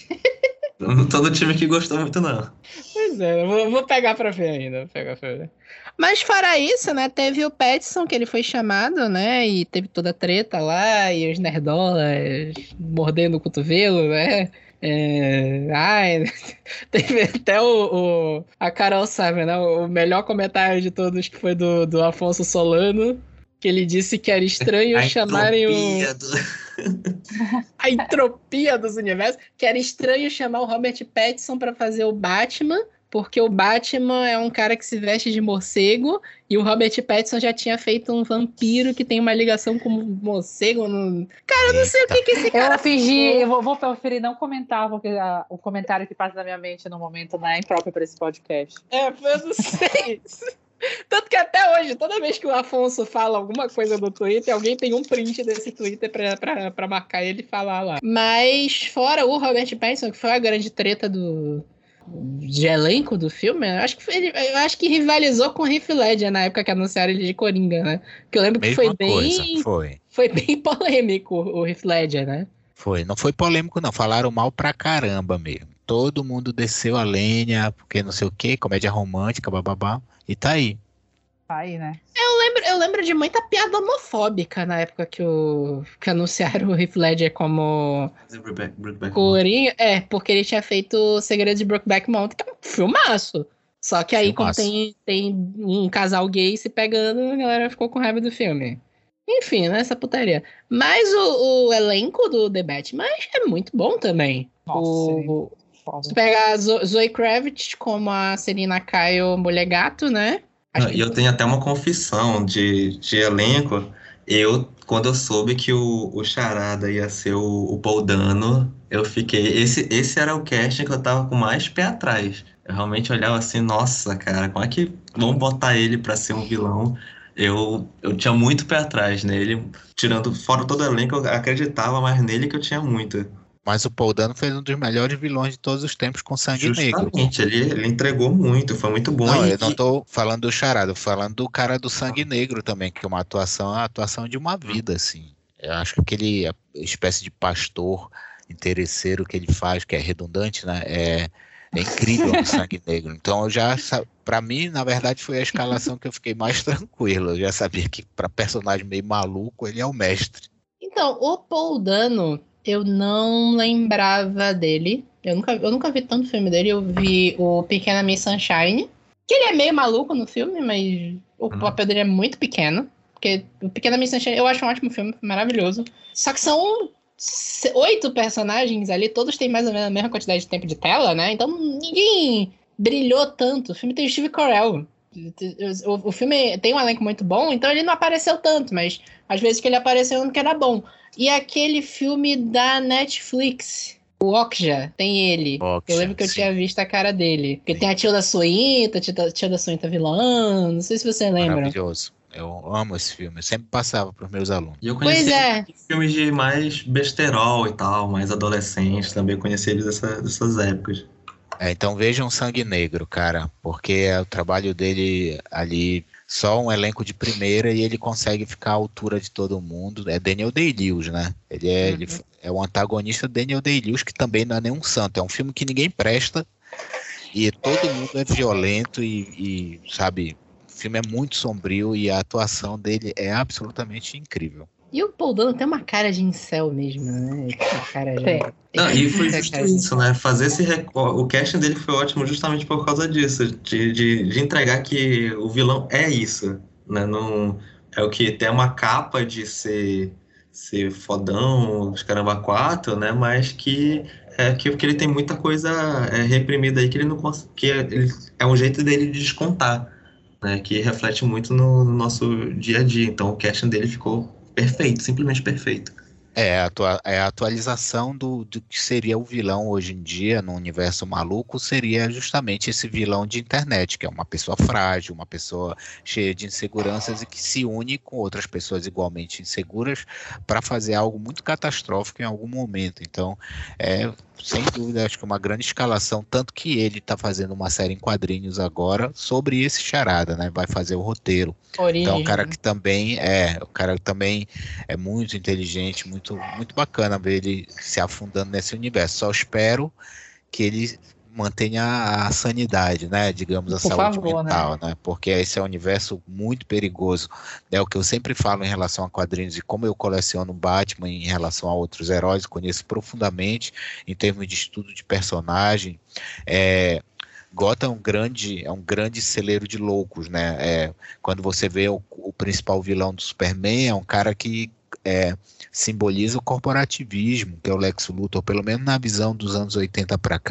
Não todo time que gostou muito, não.
Pois é, eu vou, vou pegar pra ver ainda. Vou pegar pra ver. Mas fora isso, né, teve o Pattinson, que ele foi chamado, né, e teve toda a treta lá, e os nerdolas mordendo o cotovelo, né, é... ai, teve até o, o- a Carol sabe, né, o melhor comentário de todos, que foi do, do Afonso Solano, que ele disse que era estranho
A
chamarem o...
entropia do-
a entropia dos universos, que era estranho chamar o Robert Pattinson pra fazer o Batman, porque o Batman é um cara que se veste de morcego, e o Robert Pattinson já tinha feito um vampiro que tem uma ligação com o morcego. No... Cara, eu não sei o que, que esse cara
Eu fingi,
pensou.
eu vou, vou preferir não comentar, porque a- o comentário que passa na minha mente no momento não é impróprio para esse podcast.
É, eu não sei.
Tanto que até hoje, toda vez que o Afonso fala alguma coisa no Twitter, alguém tem um print desse Twitter pra, pra, pra marcar ele e falar lá. Mas fora o Robert Pattinson, que foi a grande treta do... de elenco do filme, eu acho que, foi, ele, eu acho que rivalizou com o Heath Ledger na época que anunciaram ele de Coringa, né? Porque eu lembro
Mesma
que foi
coisa,
bem...
foi.
Foi bem polêmico o Heath Ledger, né?
Foi, não foi polêmico não, falaram mal pra caramba mesmo. Todo mundo desceu a lenha, porque não sei o que, comédia romântica, bababá, e tá aí.
Tá aí, né?
Eu lembro, eu lembro de muita piada homofóbica na época que, o, que anunciaram o Heath Ledger como
Brokeback- Brokeback
Coringa. É, porque ele tinha feito O Segredo de Brokeback Mountain, que é um filmaço. Só que aí,
Filmaço.
como tem, tem um casal gay se pegando, a galera ficou com raiva do filme. Enfim, né, essa putaria. Mas o, o elenco do The Batman é muito bom também.
Nossa,
o,
foda.
se pegar a Zo- Zoe Kravitz como a Selina Kyle Mulher Gato, né? Acho
Não,
que
E eu tenho até uma confissão de, de elenco. Eu, quando eu soube que o, o Charada ia ser o, o Paul Dano, eu fiquei. Esse, esse era o casting que eu tava com mais pé atrás. Eu realmente olhava assim, nossa, cara, como é que vamos botar ele pra ser um vilão? Eu, eu tinha muito pé atrás nele. Tirando fora todo o elenco, eu acreditava mais nele que eu tinha muito.
Mas o Paul Dano foi um dos melhores vilões de todos os tempos com Sangue Negro.
Justamente, ele, ele entregou muito, foi muito bom.
Não,
e,
eu não
e-
tô falando do Charada, eu tô falando do cara do Sangue Negro também, que é uma atuação, a atuação de uma vida, assim. Eu acho que aquele a espécie de pastor interesseiro que ele faz, que é redundante, né? É, é incrível no Sangue Negro. Então eu já, sa- pra mim, na verdade, foi a escalação que eu fiquei mais tranquilo. Eu já sabia que pra personagem meio maluco, ele é o mestre.
Então, o Paul Dano, eu não lembrava dele. Eu nunca, eu nunca vi tanto filme dele. Eu vi o Pequena Miss Sunshine, que ele é meio maluco no filme, mas o
Uhum.
papel dele é muito pequeno. Porque o Pequena Miss Sunshine eu acho um ótimo filme, maravilhoso. Só que são se- oito personagens ali, todos têm mais ou menos a mesma quantidade de tempo de tela, né? Então ninguém brilhou tanto. O filme tem o Steve Carell. O, o filme tem um elenco muito bom, então ele não apareceu tanto, mas às vezes que ele apareceu não que era bom. E aquele filme da Netflix, o Okja, tem ele.
Okja,
eu lembro que eu
sim.
tinha visto a cara dele. Porque tem a Tilda Swinton, a Tilda, Tilda Swinton vilã, não sei se você lembra.
Maravilhoso. Eu amo esse filme, eu sempre passava pros meus alunos.
E eu
Pois
conheci
é.
filmes de mais besterol e tal, mais adolescentes, também conheci eles dessa, dessas épocas.
É, então vejam Sangue Negro, cara, porque é o trabalho dele ali, só um elenco de primeira e ele consegue ficar à altura de todo mundo. É Daniel Day-Lewis, né? Ele é,
Uhum.
ele é o antagonista Daniel Day-Lewis, que também não é nenhum santo. É um filme que ninguém presta e todo mundo é violento e, e, sabe, o filme é muito sombrio e a atuação dele é absolutamente incrível.
E o Paul Dano tem uma cara de incel mesmo, né? Uma cara de...
Tem.
Não, e foi
Essa
justo
cara de
isso, né? Fazer esse recorde. O casting dele foi ótimo justamente por causa disso, de, de, de entregar que o vilão é isso, né? Não, é o que tem uma capa de ser, ser fodão, os caramba quatro, né? Mas que é que, que ele tem muita coisa é, reprimida aí que ele não cons- que é, ele, é um jeito dele de descontar, né? Que reflete muito no, no nosso dia a dia. Então o casting dele ficou perfeito, simplesmente perfeito.
É, a atua- é a atualização do, do que seria o vilão hoje em dia no universo maluco, seria justamente esse vilão de internet, que é uma pessoa frágil, uma pessoa cheia de inseguranças e que se une com outras pessoas igualmente inseguras para fazer algo muito catastrófico em algum momento. Então, é sem dúvida, acho que uma grande escalação, tanto que ele está fazendo uma série em quadrinhos agora sobre esse Charada, né? Vai fazer o roteiro.
Origem.
Então, o cara que também é, o cara que também é muito inteligente, muito, muito bacana ver ele se afundando nesse universo. Só espero que ele mantenha a sanidade, né? Digamos, a
Por
saúde
favor,
mental, né? Porque esse é um universo muito perigoso. É o que eu sempre falo em relação a quadrinhos e como eu coleciono Batman em relação a outros heróis, conheço profundamente em termos de estudo de personagem. É, Gotham é um grande, é um grande celeiro de loucos, né? É, quando você vê o, o principal vilão do Superman, é um cara que é, simboliza o corporativismo, que é o Lex Luthor, pelo menos na visão dos anos oitenta para cá,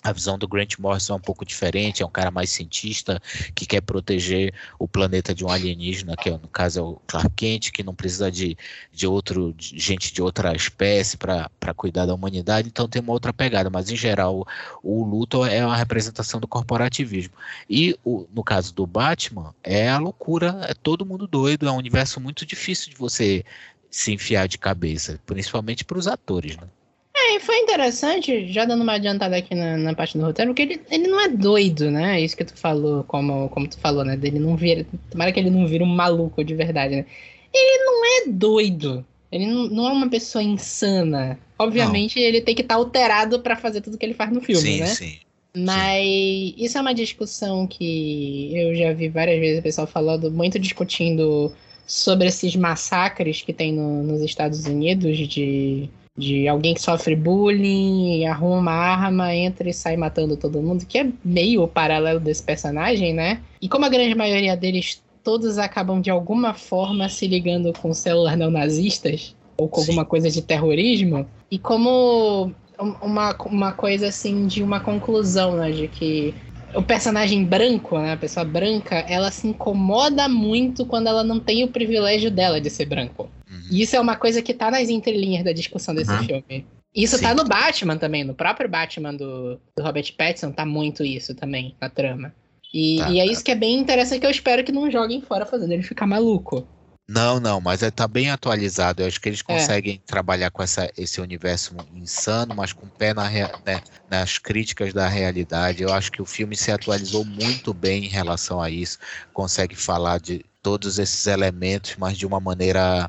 A visão do Grant Morrison é um pouco diferente, é um cara mais cientista, que quer proteger o planeta de um alienígena, que é, no caso é o Clark Kent, que não precisa de, de, outro, de gente de outra espécie para cuidar da humanidade, então tem uma outra pegada, mas em geral o, o Luthor é uma representação do corporativismo. E o, no caso do Batman, é a loucura, é todo mundo doido, é um universo muito difícil de você se enfiar de cabeça, principalmente para os atores, né?
É, e foi interessante, já dando uma adiantada aqui na, na parte do roteiro, porque ele, ele não é doido, né? Isso que tu falou, como, como tu falou, né? Dele não vira. Tomara que ele não vira um maluco de verdade, né? Ele não é doido. Ele não, não é uma pessoa insana. Obviamente, não. Ele tem que estar tá alterado pra fazer tudo que ele faz no filme,
sim,
né?
Sim, sim.
Mas isso é uma discussão que eu já vi várias vezes o pessoal falando, muito discutindo sobre esses massacres que tem no, nos Estados Unidos de. De alguém que sofre bullying, arruma uma arma, entra e sai matando todo mundo, que é meio o paralelo desse personagem, né? E como a grande maioria deles, todos acabam de alguma forma se ligando com células neonazistas, ou com Sim. alguma coisa de terrorismo, e como uma, uma coisa assim de uma conclusão, né? De que o personagem branco, né? A pessoa branca, ela se incomoda muito quando ela não tem o privilégio dela de ser branco. E isso é uma coisa que tá nas entrelinhas da discussão desse uhum. filme. Isso Sim. tá no Batman também, no próprio Batman do, do Robert Pattinson, tá muito isso também, na trama. E, tá, e é tá. isso que é bem interessante, que eu espero que não joguem fora fazendo ele ficar maluco.
Não, não, mas é, tá bem atualizado. Eu acho que eles conseguem é. trabalhar com essa, esse universo insano, mas com o pé na, né, nas críticas da realidade. Eu acho que o filme se atualizou muito bem em relação a isso. Consegue falar de todos esses elementos, mas de uma maneira...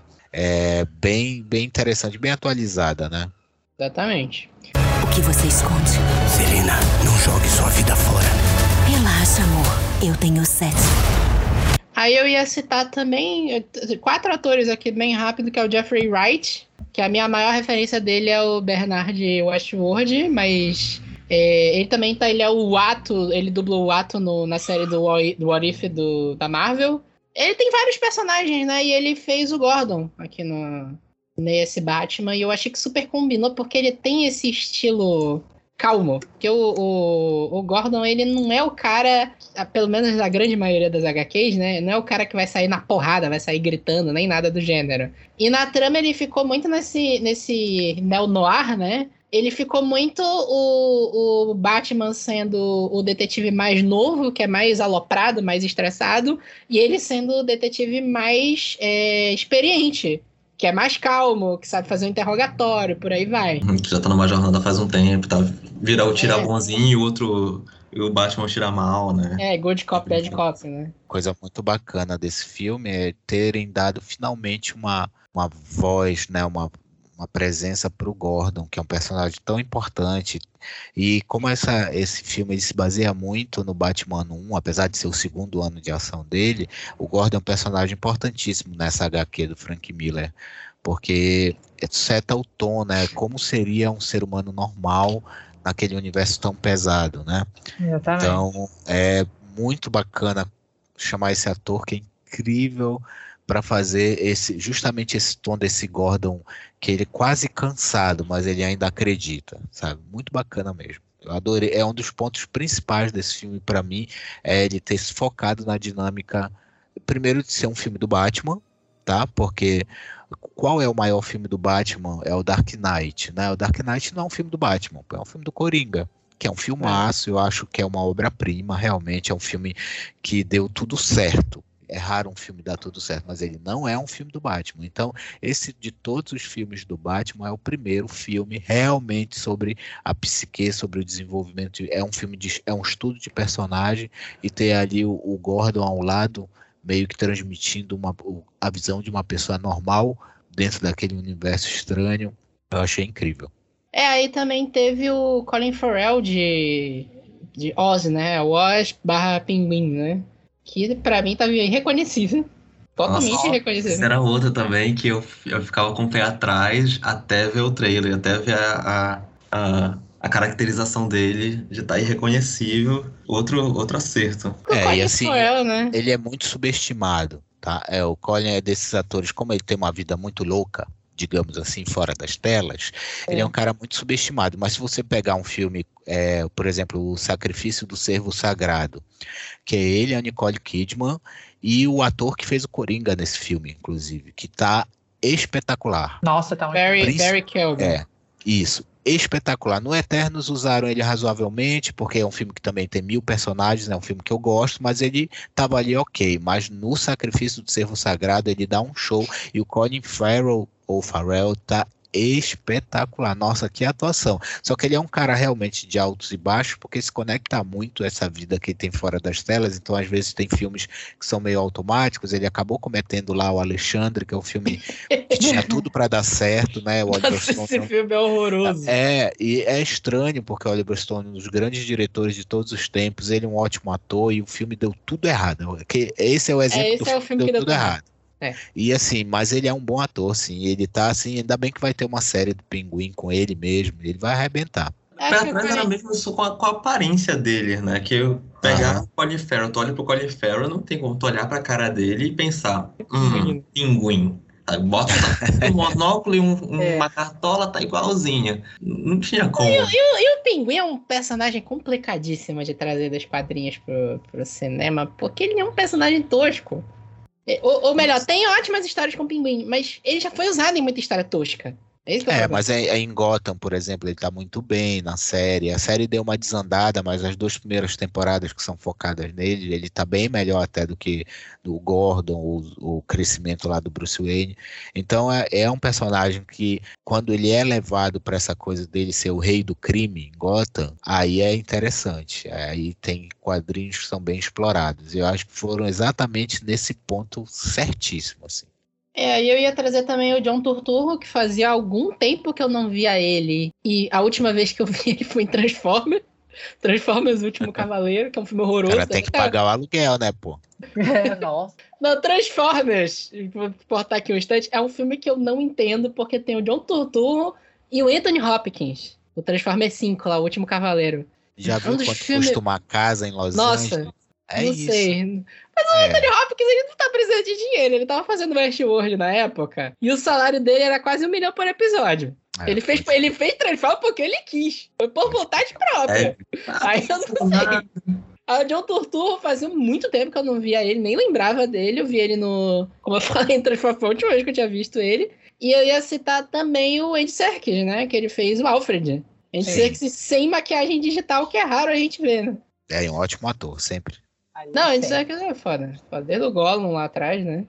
É bem, bem interessante, bem atualizada, né?
Exatamente.
O que você esconde?
Selina, não jogue sua vida fora.
Relaxa, amor. Eu tenho sete.
Aí eu ia citar também quatro atores aqui bem rápido, que é o Jeffrey Wright, que a minha maior referência dele é o Bernard Westworld, mas é, ele também tá, ele é o Ato, ele dublou o Ato no, na série do, do What If do, da Marvel. Ele tem vários personagens, né? E ele fez o Gordon aqui no, nesse Batman. E eu achei que super combinou, porque ele tem esse estilo calmo. Porque o, o, o Gordon, ele não é o cara, pelo menos na grande maioria das H Qs, né? Não é o cara que vai sair na porrada, vai sair gritando, nem nada do gênero. E na trama ele ficou muito nesse, nesse neo-noir, né? Ele ficou muito o, o Batman sendo o detetive mais novo, que é mais aloprado, mais estressado, e ele sendo o detetive mais é, experiente, que é mais calmo, que sabe fazer um interrogatório, por aí vai.
Que já tá numa jornada faz um tempo, tá? Virar o tira é. bonzinho e o outro, e o Batman tira mal, né?
É, good cop, bad cop, né?
Coisa muito bacana desse filme é terem dado finalmente uma, uma voz, né, uma uma presença para o Gordon, que é um personagem tão importante. E como essa, esse filme ele se baseia muito no Batman um, apesar de ser o segundo ano de ação dele, o Gordon é um personagem importantíssimo nessa H Q do Frank Miller, porque seta o tom, né? Como seria um ser humano normal naquele universo tão pesado, né?
Exatamente.
Então, é muito bacana chamar esse ator que é incrível para fazer esse, justamente esse tom desse Gordon, que ele é quase cansado, mas ele ainda acredita, sabe? Muito bacana mesmo. Eu adorei, é um dos pontos principais desse filme para mim, é ele ter se focado na dinâmica, primeiro de ser um filme do Batman, tá? Porque qual é o maior filme do Batman? É o Dark Knight, né? O Dark Knight não é um filme do Batman, é um filme do Coringa, que é um filmaço, eu acho que é uma obra-prima, realmente é um filme que deu tudo certo. É raro um filme dar tudo certo, mas ele não é um filme do Batman. Então, esse de todos os filmes do Batman é o primeiro filme realmente sobre a psique, sobre o desenvolvimento. É um filme de, é um estudo de personagem, e ter ali o, o Gordon ao lado, meio que transmitindo uma, a visão de uma pessoa normal dentro daquele universo estranho. Eu achei incrível.
É, aí também teve o Colin Farrell de, de Oz, né? Oz barra Pinguim, né? Que pra mim tava irreconhecível. Totalmente
Nossa,
irreconhecível.
Essa era outra também que eu, eu ficava com o pé atrás até ver o trailer, até ver a, a, a, a caracterização dele de estar irreconhecível. Outro, outro acerto.
É, e assim, Farrell, né? Ele é muito subestimado, tá? É, o Colin é desses atores, como ele tem uma vida muito louca, digamos assim, fora das telas, é. ele é um cara muito subestimado. Mas se você pegar um filme, é, por exemplo, O Sacrifício do Cervo Sagrado, que é ele, a Nicole Kidman, e o ator que fez o Coringa nesse filme, inclusive, que tá espetacular.
Nossa, tá muito
Barry,
Princ-
Barry Keoghan.
É, isso. Espetacular. No Eternos usaram ele razoavelmente, porque é um filme que também tem mil personagens, é um filme que eu gosto, mas ele tava ali ok. Mas no Sacrifício do Cervo Sagrado ele dá um show, e o Colin Farrell, ou Farrell, tá espetacular. Nossa, que atuação. Só que ele é um cara realmente de altos e baixos, porque se conecta muito a essa vida que ele tem fora das telas, então às vezes tem filmes que são meio automáticos. Ele acabou cometendo lá o Alexandre, que é um filme que tinha tudo para dar certo, né? O Oliver
Nossa,
Stone
esse filme é horroroso.
É, e é estranho, porque o Oliver Stone é um dos grandes diretores de todos os tempos, ele é um ótimo ator, e o filme deu tudo errado. Que esse é o exemplo
É,
do
esse é o filme
deu
que deu
tudo
tudo
errado.
É.
E assim, mas ele é um bom ator, sim. Ele tá assim, ainda bem que vai ter uma série do Pinguim com ele mesmo. Ele vai arrebentar.
Pra trás era mesmo só com a, com a aparência dele, né? Que eu pegar o Colin Farrell, tu olha pro Colin Farrell, não tem como tu olhar pra cara dele e pensar, hum, pinguim. Aí bota um monóculo e um, um,
É.
uma cartola, tá igualzinha. Não tinha como.
E, o- e o- e o Pinguim é um personagem complicadíssimo de trazer das quadrinhas pro, pro cinema, porque ele é um personagem tosco. É, Ou, ou melhor, tem ótimas histórias com o Pinguim, mas ele já foi usado em muita história tosca. É, isso que eu
É,
falo.
mas é, é em Gotham, por exemplo, ele tá muito bem na série. A série deu uma desandada, mas as duas primeiras temporadas que são focadas nele, ele tá bem melhor até do que do Gordon, o, o crescimento lá do Bruce Wayne. Então é, é um personagem que, quando ele é levado para essa coisa dele ser o rei do crime em Gotham, aí é interessante. Aí tem quadrinhos que são bem explorados. Eu acho que foram exatamente nesse ponto certíssimo, assim.
É, e eu ia trazer também o John Turturro, que fazia algum tempo que eu não via ele. E a última vez que eu vi ele foi em Transformers. Transformers, O Último Cavaleiro, que é um filme
O
horroroso.
cara tem que
Cara,
pagar o aluguel, né, pô?
É, nossa.
Não, Transformers, vou botar aqui um instante, é um filme que eu não entendo, porque tem o John Turturro e o Anthony Hopkins. O Transformers cinco lá, O Último Cavaleiro.
Já
Um
viu
dos
quanto
filmes-
custa uma casa em Los
Nossa,
Angeles? É
não
isso.
sei. Mas o
É.
Anthony Hopkins, ele não tá precisando de dinheiro, ele tava fazendo Westworld na época, e o salário dele era quase um milhão por episódio.
É,
ele, fez,
foi-
ele fez Transformers porque ele quis. Foi por vontade própria.
É.
Aí eu não sei. A John Turturro fazia muito tempo que eu não via ele, nem lembrava dele. Eu vi ele no. Como eu falei, em Transformers, foi a última vez que eu tinha visto ele. E eu ia citar também o Andy Serkis, né? Que ele fez o Alfred. Andy
Sim.
Serkis sem maquiagem digital, que é raro a gente ver, né?
É um ótimo ator, sempre.
Não, Andy Serkis é foda. foda. Desde o Gollum lá atrás, né?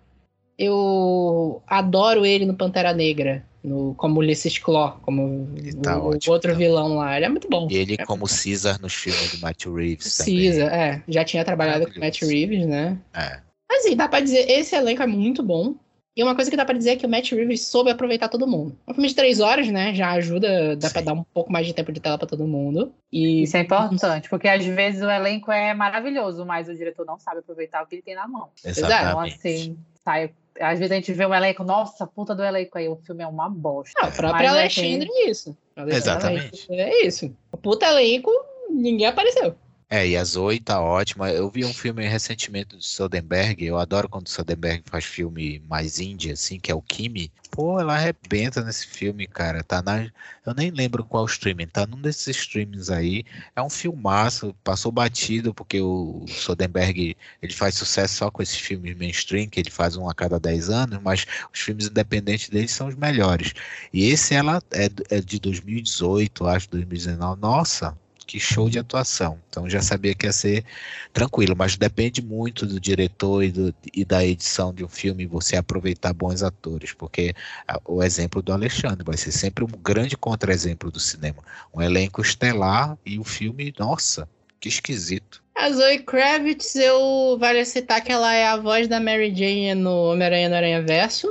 Eu adoro ele no Pantera Negra, no, como Ulysses Claw, como
Ele tá
o, o
ótimo,
outro
tá.
vilão lá. Ele é muito bom.
E ele
é
como Caesar nos filmes do Matt Reeves também.
Caesar, é. Já tinha trabalhado com o Matt
Maravilhoso.
Reeves, né?
É.
Mas assim, dá pra dizer, esse elenco é muito bom. E uma coisa que dá pra dizer é que o Matt Reeves soube aproveitar todo mundo. Um filme de três horas, né? Já ajuda, dá
Sim.
pra dar um pouco mais de tempo de tela pra todo mundo. E
Isso é importante, porque às vezes o elenco é maravilhoso, mas o diretor não sabe aproveitar o que ele tem na mão. Então,
Exatamente.
assim, sai. Às vezes a gente vê um elenco, nossa, puta do elenco aí, o filme é uma bosta.
Ah, o próprio
Mas,
Alexandre é isso.
Exatamente.
É isso. O puta elenco, ninguém apareceu.
É, e a Zoe tá ótima. Eu vi um filme recentemente do Soderbergh. Eu adoro quando o Soderbergh faz filme mais indie, assim, que é o Kimi. Pô, ela arrebenta nesse filme, cara. Tá na. Eu nem lembro qual streaming, tá num desses streamings aí. É um filmaço, passou batido, porque o Soderbergh ele faz sucesso só com esses filmes mainstream, que ele faz um a cada dez anos, mas os filmes independentes dele são os melhores. E esse ela é, é de dois mil e dezoito, acho, dois mil e dezenove. Nossa! Que show de atuação. Então já sabia que ia ser tranquilo, mas depende muito do diretor e, do, e da edição de um filme, você aproveitar bons atores, porque a, o exemplo do Alexandre vai ser sempre um grande contra-exemplo do cinema. Um elenco estelar e o filme, nossa, que esquisito.
A Zoe Kravitz, eu vale citar que ela é a voz da Mary Jane no Homem-Aranha no Aranha Verso.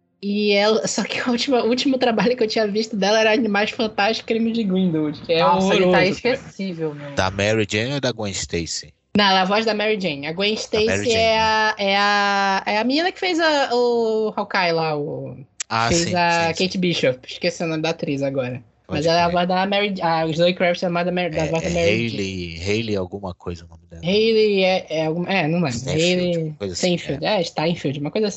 E ela, só que o último, o último trabalho que eu tinha visto dela era Animais Fantásticos Crime de Grindelwald, que é
Nossa, ele
horroroso.
tá esquecível, meu.
Da Mary Jane ou da Gwen Stacy?
Não, ela é a voz da Mary Jane. A Gwen
Mary
Stacy
Jane,
é a, é, a, é a menina que fez a, o Hawkeye lá, o,
Ah,
fez
sim,
a
sim, sim.
Kate Bishop. Esqueci o nome da atriz agora.
Pode
Mas ela é a
crer.
voz da Mary A Zoe Kravitz é a voz da, Mary, da,
É,
voz
é
da Mary Jane.
Hayley, Hayley alguma coisa o nome dela.
Hayley é, é alguma. É, não lembro.
Steinfeld,
Hayley.
uma coisa assim,
Steinfeld. É, Steinfeld, uma coisa assim.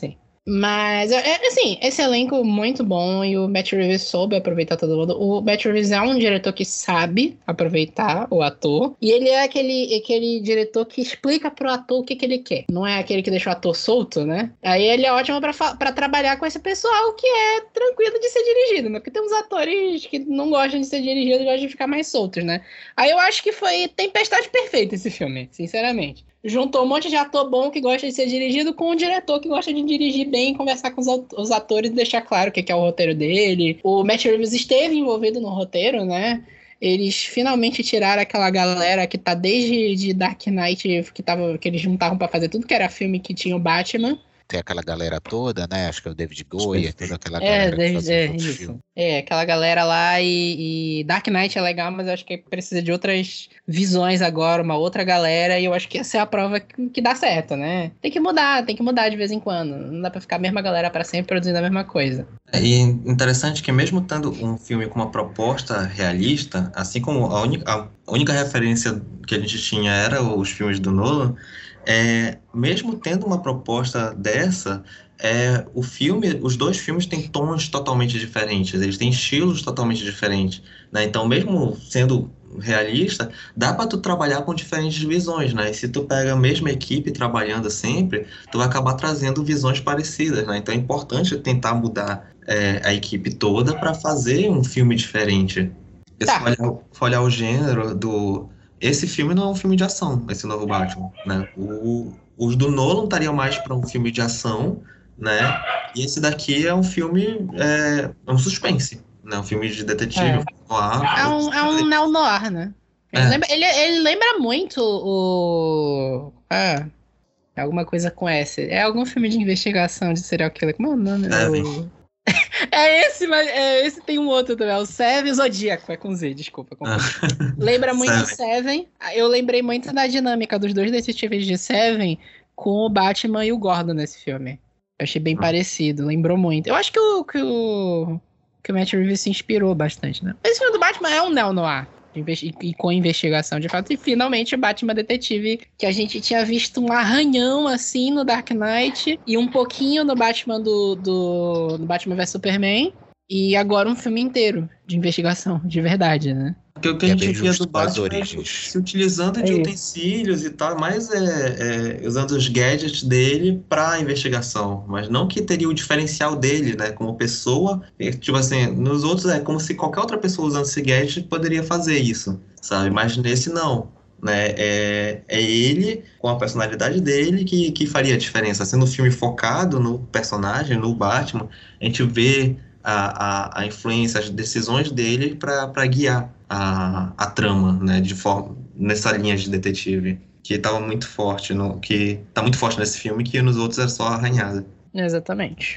Mas, é, assim, esse elenco muito bom e o Matt Reeves soube aproveitar todo mundo. O Matt Reeves é um diretor que sabe aproveitar o ator. E ele é aquele, aquele diretor que explica pro ator o que, que ele quer. Não é aquele que deixa o ator solto, né? Aí ele é ótimo pra, pra trabalhar com esse pessoal que é tranquilo de ser dirigido, né? Porque tem uns atores que não gostam de ser dirigidos e gostam de ficar mais soltos, né? Aí eu acho que foi tempestade perfeita esse filme, sinceramente. Juntou um monte de ator bom que gosta de ser dirigido com um diretor que gosta de dirigir bem, conversar com os atores e deixar claro o que é o roteiro dele. O Matt Reeves esteve envolvido no roteiro, né? Eles finalmente tiraram aquela galera que tá desde de Dark Knight, que, tava, que eles juntavam pra fazer tudo que era filme que tinha o Batman.
Tem aquela galera toda, né? Acho que é o David Goyer, toda aquela
é,
galera
David,
que fazia
é,
outros
isso.
filmes.
É, aquela galera lá e, e Dark Knight é legal, mas eu acho que precisa de outras visões agora, uma outra galera, e eu acho que essa é a prova que, que dá certo, né? Tem que mudar, tem que mudar de vez em quando. Não dá pra ficar a mesma galera pra sempre produzindo a mesma coisa.
É, e interessante que mesmo tendo um filme com uma proposta realista, assim como a única, a única referência que a gente tinha era os filmes do Nolan, é, mesmo tendo uma proposta dessa, é, o filme, os dois filmes têm tons totalmente diferentes, eles têm estilos totalmente diferentes, né? Então, mesmo sendo realista, dá para tu trabalhar com diferentes visões, né? E se tu pega a mesma equipe trabalhando sempre, tu vai acabar trazendo visões parecidas, né? Então é importante tentar mudar é, a equipe toda para fazer um filme diferente. Porque
Tá.
se olhar, for olhar o gênero do... Esse filme não é um filme de ação, esse novo Batman, né? O, os do Nolan estariam mais para um filme de ação, né? E esse daqui é um filme, é, é um suspense, né? Um filme de detetive.
É.
Um noir,
É um, é um neo-noir, né? Ele,
É.
lembra, ele, ele lembra muito o... Ah, alguma coisa com S. É algum filme de investigação de serial killer. Como é o nome?
Seven.
O... é esse, mas é, esse tem um outro também. É o Seven Zodíaco. É com Z, desculpa.
Ah.
Lembra muito
Seven.
Seven. Eu lembrei muito da dinâmica dos dois detetives de Seven com o Batman e o Gordon nesse filme. Eu achei bem
Ah.
parecido. Lembrou muito. Eu acho que o... Que o... que o Matt Reeves se inspirou bastante, né? Mas esse filme do Batman é um neo-noir. E, e com investigação, de fato. E finalmente o Batman Detetive, que a gente tinha visto um arranhão, assim, no Dark Knight. E um pouquinho no Batman do, do, do Batman versus Superman. E agora um filme inteiro de investigação, de verdade, né?
Porque o que
É
a gente
bem
via
justo
do
com as
Batman é
origens.
se utilizando de
É isso.
utensílios e tal, mas é, é, usando os gadgets dele para investigação, mas não que teria o diferencial dele, né, como pessoa. E, tipo assim, nos outros é como se qualquer outra pessoa usando esse gadget poderia fazer isso, sabe? Mas nesse não, né? É, é ele com a personalidade dele que, que faria a diferença. Sendo um filme focado no personagem, no Batman, a gente vê A, a, a influência, as decisões dele para guiar a, a trama, né, de forma, nessa linha de detetive, que estava muito forte, no, que tá muito forte nesse filme, que nos outros era só arranhada.
Exatamente.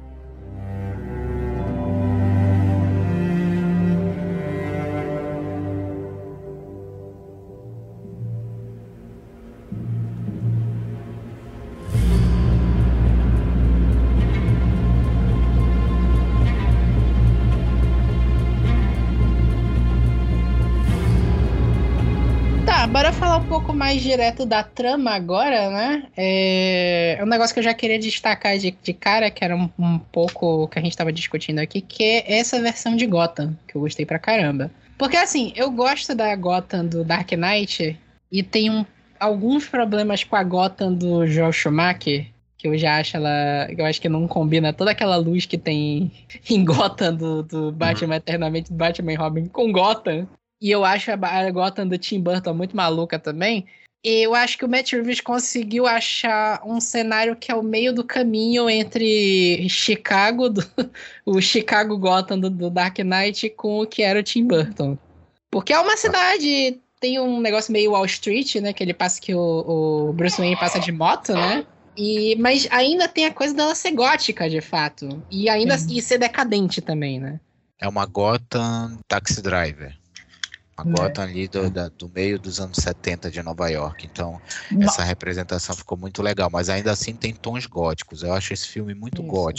Tá, bora falar um pouco mais direto da trama agora, né? É, é um negócio que eu já queria destacar de, de cara, que era um, um pouco o que a gente tava discutindo aqui, que é essa versão de Gotham, que eu gostei pra caramba. Porque, assim, eu gosto da Gotham do Dark Knight e tem um, alguns problemas com a Gotham do Joel Schumacher, que eu já acho ela... Eu acho que não combina toda aquela luz que tem em Gotham do, do Batman Eternamente, do Batman e Robin com Gotham. E eu acho a Gotham do Tim Burton muito maluca também. E eu acho que o Matt Reeves conseguiu achar um cenário que é o meio do caminho entre Chicago, do, o Chicago Gotham do, do Dark Knight, com o que era o Tim Burton. Porque é uma cidade, tem um negócio meio Wall Street, né? Que ele passa que o, o Bruce Wayne passa de moto, né? E, mas ainda tem a coisa dela ser gótica, de fato. E ainda e ser decadente também, né?
É uma Gotham Taxi Driver. Uma Gotham ali do, da, do meio dos anos setenta de Nova York. Então, essa representação ficou muito legal. Mas ainda assim tem tons góticos. Eu acho esse filme muito
Isso.
gótico.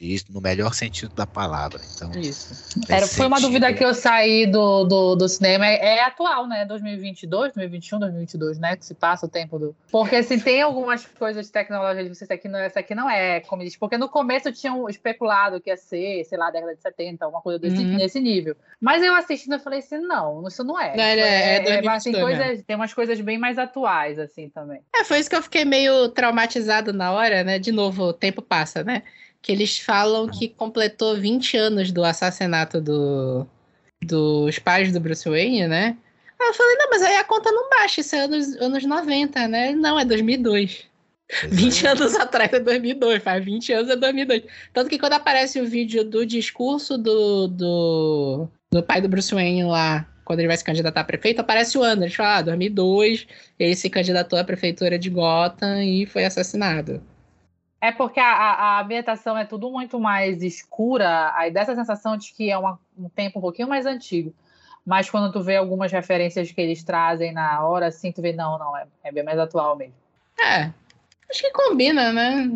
Isso, no melhor sentido da palavra. Então,
Isso.
Era, foi uma
sentido,
dúvida que eu saí do, do, do cinema. É, é atual, né? dois mil e vinte e dois, dois mil e vinte e um, dois mil e vinte e dois, né? Que se passa o tempo do... Porque se tem algumas coisas de tecnologia, essa aqui não, essa aqui não é como diz. Porque no começo tinham especulado que ia ser, sei lá, década de setenta, alguma coisa desse,
Uhum.
nesse nível. Mas eu assistindo, eu falei assim, não, isso não é.
Não,
Isso
é- é dois mil e vinte e
mas tem,
dois
coisas, tem umas coisas bem mais atuais, assim, também.
É, foi isso que eu fiquei meio traumatizado na hora, né? De novo, o tempo passa, né? Que eles falam que completou vinte anos do assassinato do, dos pais do Bruce Wayne, né? Aí eu falei, não, mas aí a conta não baixa, isso é anos, anos noventa, né? Não, é dois mil e dois. vinte anos atrás é dois mil e dois, faz vinte anos é dois mil e dois. Tanto que quando aparece o vídeo do discurso do, do, do pai do Bruce Wayne lá, quando ele vai se candidatar a prefeito, aparece o ano. Eles falam, ah, dois mil e dois, ele se candidatou à prefeitura de Gotham e foi assassinado.
É porque a, a, a ambientação é tudo muito mais escura, aí dá essa sensação de que é uma, um tempo um pouquinho mais antigo. Mas quando tu vê algumas referências que eles trazem na hora, assim, tu vê, não, não, é, é bem mais atual mesmo.
É, acho que combina, né?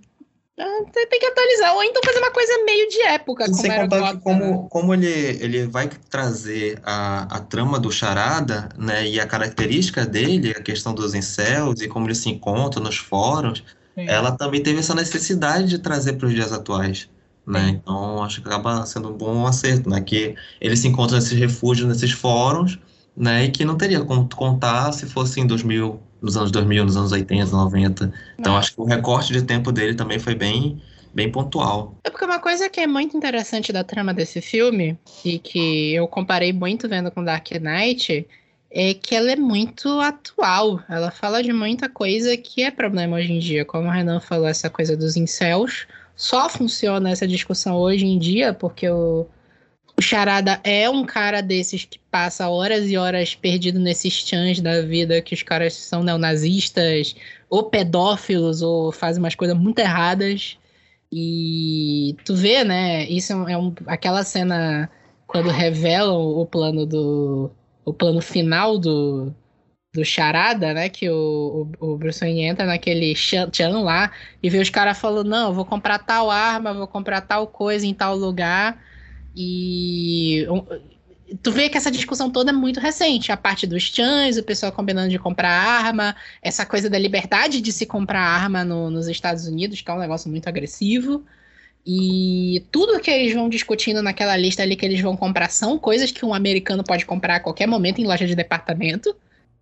Ah, Tem tem que atualizar, ou então fazer uma coisa meio de época, como
Sem
era
contar que
Gotham, né?
como, como ele, ele vai trazer a, a trama do Charada, né, e a característica dele, a questão dos incels e como ele se encontra nos fóruns,
Sim.
ela também teve essa necessidade de trazer para os dias atuais, né?
Sim.
Então acho que acaba sendo um bom acerto, né? Que ele se encontra nesses refúgios, nesses fóruns, né? E que não teria como contar se fosse em dois mil, nos anos dois mil, nos anos oitenta, noventa. Então
Não.
acho que o recorte de tempo dele também foi bem, bem pontual.
É porque uma coisa que é muito interessante da trama desse filme, e que eu comparei muito vendo com Dark Knight, é que ela é muito atual. Ela fala de muita coisa que é problema hoje em dia. Como o Renan falou, essa coisa dos incels. Só funciona essa discussão hoje em dia porque o, o Charada é um cara desses que passa horas e horas perdido nesses chans da vida, que os caras são neonazistas, ou pedófilos, ou fazem umas coisas muito erradas. E tu vê, né? Isso é, um, é um- aquela cena quando revelam o plano do. O plano final do, do Charada, né? Que o, o, o Bruce Wayne entra naquele chan, chan lá e vê os caras falando, não, eu vou comprar tal arma, vou comprar tal coisa em tal lugar. E um, tu vê que essa discussão toda é muito recente. A parte dos chans, o pessoal combinando de comprar arma, essa coisa da liberdade de se comprar arma no- nos Estados Unidos, que é um negócio muito agressivo. E tudo que eles vão discutindo naquela lista ali que eles vão comprar são coisas que um americano pode comprar a qualquer momento em loja de departamento.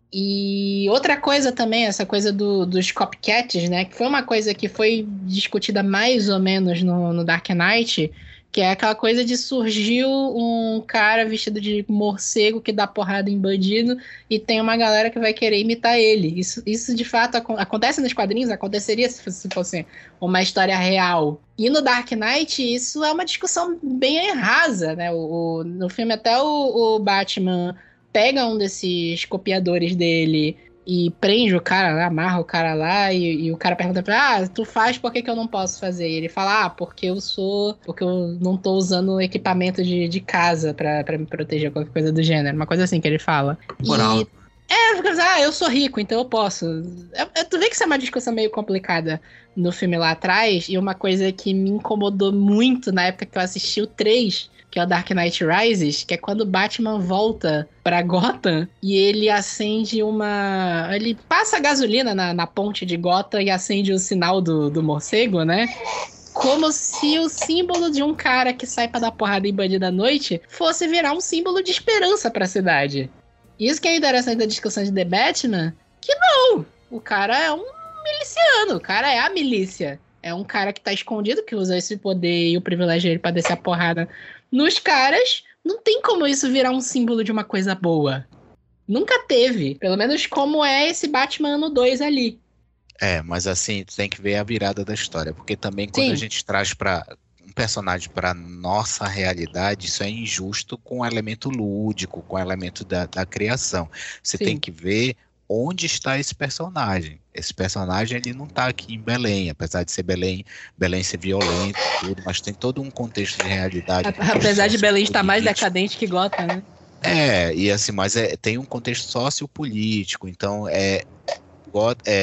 E outra coisa também, essa coisa do- dos copycats, né? Que foi uma coisa que foi discutida mais ou menos no, no Dark Knight, que é aquela coisa de surgiu um cara vestido de morcego que dá porrada em bandido e tem uma galera que vai querer imitar ele. Isso, isso de fato acon- acontece nos quadrinhos, aconteceria se fosse, se fosse uma história real. E no Dark Knight, isso é uma discussão bem rasa, né? O, o- no filme, até o, o Batman pega um desses copiadores dele e prende o cara lá, amarra o cara lá, e, e o cara pergunta pra ele, ah, tu faz, por que, que eu não posso fazer? E ele fala, ah, porque eu sou, porque eu não tô usando equipamento de, de casa pra, pra me proteger, qualquer coisa do gênero, uma coisa assim que ele fala.
Moral.
E, é, fica assim, ah, eu sou rico, então eu posso. Eu, eu, tu vê que isso é uma discussão meio complicada no filme lá atrás, e uma coisa que me incomodou muito na época que eu assisti o três, que é o Dark Knight Rises, que é quando o Batman volta pra Gotham e ele acende uma... Ele passa gasolina na, na ponte de Gotham e acende o sinal do, do morcego, né? Como se o símbolo de um cara que sai pra dar porrada em bandido à noite fosse virar um símbolo de esperança pra cidade. Isso que é interessante da discussão de The Batman, que não! O cara é um miliciano, o cara é a milícia. É um cara que tá escondido, que usa esse poder e o privilégio dele pra descer a porrada nos caras. Não tem como isso virar um símbolo de uma coisa boa. Nunca teve. Pelo menos como é esse Batman ano dois ali.
É, mas assim, tu tem que ver a virada da história, porque também quando
Sim.
a gente traz para um personagem para nossa realidade, isso é injusto com o elemento lúdico, com o elemento da, da criação. Você
Sim.
tem que ver onde está esse personagem. Esse personagem, ele não está aqui em Belém, apesar de ser Belém, Belém ser violento e tudo, mas tem todo um contexto de realidade. um
Apesar de
contexto
Belém estar mais
sociopolítico.
decadente que Gotham, né?
É, e assim, mas é, tem um contexto sociopolítico, então é, God- é,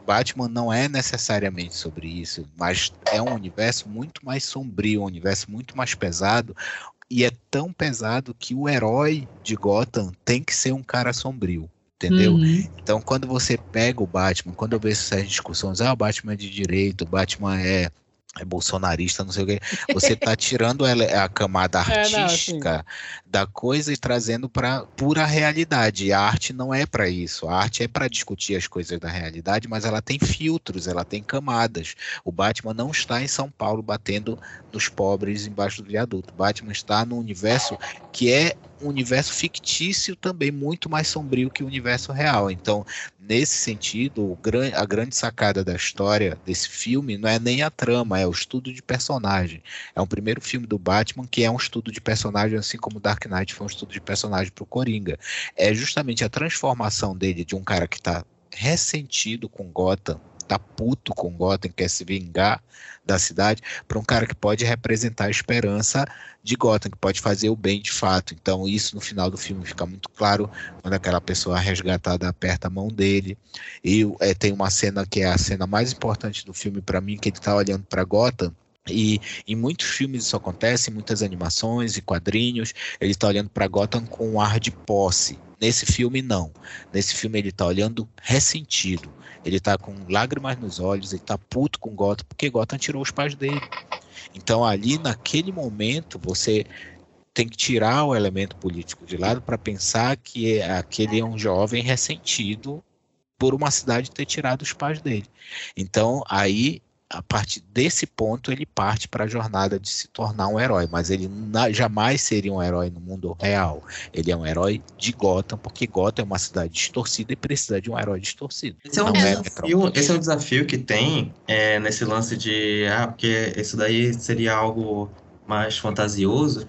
Batman não é necessariamente sobre isso, mas é um universo muito mais sombrio, um universo muito mais pesado, e é tão pesado que o herói de Gotham tem que ser um cara sombrio. Entendeu?
Uhum.
Então, quando você pega o Batman, quando eu vejo essas discussões, ah, o Batman é de direita, o Batman é, é bolsonarista, não sei o que, você tá tirando a, a camada artística é, não, da coisa e trazendo para pura realidade. E a arte não é para isso. A arte é para discutir as coisas da realidade, mas ela tem filtros, ela tem camadas. O Batman não está em São Paulo batendo nos pobres embaixo do viaduto. O Batman está num universo que é um universo fictício também muito mais sombrio que o universo real. Então, nesse sentido, a grande sacada da história desse filme não é nem a trama, é o estudo de personagem. É o primeiro filme do Batman que é um estudo de personagem, assim como Dark Knight foi um estudo de personagem para o Coringa. É justamente a transformação dele de um cara que está ressentido com Gotham, tá puto com Gotham, quer se vingar da cidade, para um cara que pode representar a esperança de Gotham, que pode fazer o bem de fato. Então isso no final do filme fica muito claro quando aquela pessoa resgatada aperta a mão dele. E é, tem uma cena que é a cena mais importante do filme para mim, que ele tá olhando para Gotham. E em muitos filmes isso acontece, em muitas animações e quadrinhos, ele está olhando para Gotham com um ar de posse. Nesse filme não. Nesse filme ele está olhando ressentido. Ele está com lágrimas nos olhos, ele está puto com Gotham, porque Gotham tirou os pais dele. Então ali naquele momento você tem que tirar o elemento político de lado para pensar que aquele é um jovem ressentido por uma cidade ter tirado os pais dele. Então aí, a partir desse ponto, ele parte para a jornada de se tornar um herói, mas ele na, jamais seria um herói no mundo real. Ele é um herói de Gotham, porque Gotham é uma cidade distorcida e precisa de um herói distorcido.
Esse é um, desafio, esse é um desafio que tem é, nesse lance de, ah, porque isso daí seria algo mais fantasioso,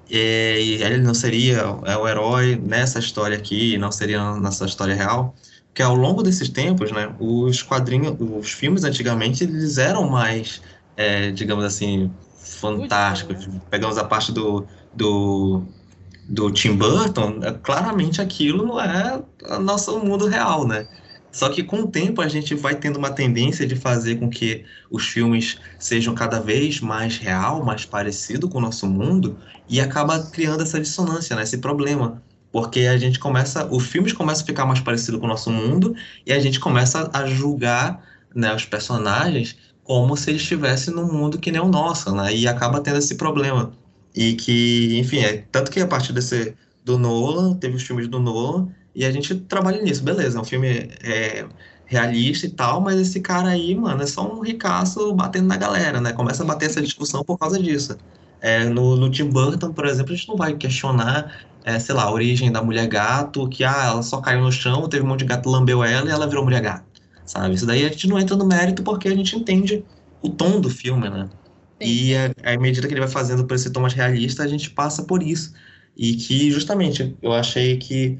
é, e ele não seria é, o herói nessa história aqui, não seria nessa história real. Porque ao longo desses tempos, né, os quadrinhos, os filmes antigamente, eles eram mais, é, digamos assim, fantásticos. Pegamos a parte do, do, do Tim Burton, claramente aquilo não é o nosso mundo real, né? Só que com o tempo a gente vai tendo uma tendência de fazer com que os filmes sejam cada vez mais real, mais parecido com o nosso mundo, e acaba criando essa dissonância, né, esse problema. Porque a gente começa, os filmes começam a ficar mais parecidos com o nosso mundo e a gente começa a julgar, né, os personagens como se eles estivessem num mundo que nem o nosso, né? E acaba tendo esse problema. E que, enfim, é, tanto que a partir desse, do Nolan, teve os filmes do Nolan e a gente trabalha nisso, beleza, é um filme é, realista e tal, mas esse cara aí, mano, é só um ricaço batendo na galera, né? Começa a bater essa discussão por causa disso. É, no, no Tim Burton, por exemplo, a gente não vai questionar, é, sei lá, a origem da mulher gato, que ah, ela só caiu no chão, teve um monte de gato, lambeu ela e ela virou mulher gato, sabe? Isso daí a gente não entra no mérito porque a gente entende o tom do filme, né? Sim. E à medida que ele vai fazendo por esse tom mais realista, a gente passa por isso. E que, justamente, eu achei que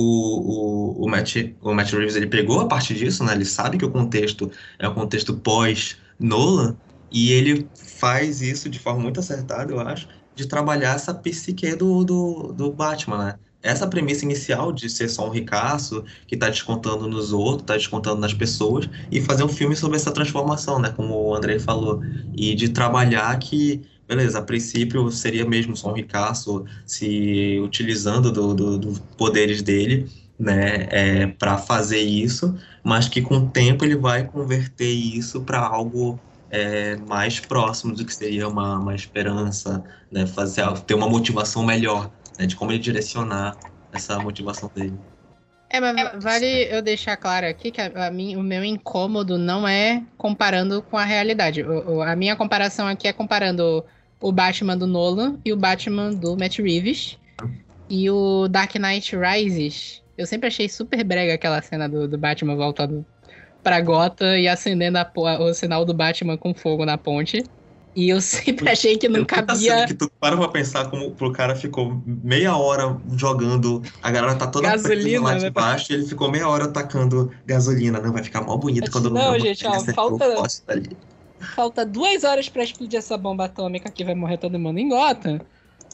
o, o, o, Matt, o Matt Reeves, ele pegou a parte disso, né? Ele sabe que o contexto é um contexto pós-Nolan, e ele faz isso de forma muito acertada, eu acho, de trabalhar essa psique do, do, do Batman, né? Essa premissa inicial de ser só um ricaço, que tá descontando nos outros, tá descontando nas pessoas, e fazer um filme sobre essa transformação, né? Como o Andrei falou. E de trabalhar que, beleza, a princípio seria mesmo só um ricaço se utilizando dos do, do poderes dele, né? É, para fazer isso, mas que com o tempo ele vai converter isso para algo É, mais próximo do que seria uma, uma esperança, né, fazer, ter uma motivação melhor, né, de como ele direcionar essa motivação dele.
É, mas vale eu deixar claro aqui que a, a mim, o meu incômodo não é comparando com a realidade. O, o, a minha comparação aqui é comparando o Batman do Nolan e o Batman do Matt Reeves. E o Dark Knight Rises, eu sempre achei super brega aquela cena do, do Batman voltando pra Gotham e acendendo a, o sinal do Batman com fogo na ponte. E eu sempre achei que não cabia...
Que tu para pra pensar como o cara ficou meia hora jogando, a galera tá toda
gasolina
lá de baixo, e ele ficou meia hora atacando gasolina, não vai ficar mal bonito quando
não... Não,
não
gente, ó, falta... Falta duas horas pra explodir essa bomba atômica que vai morrer todo mundo em Gotham.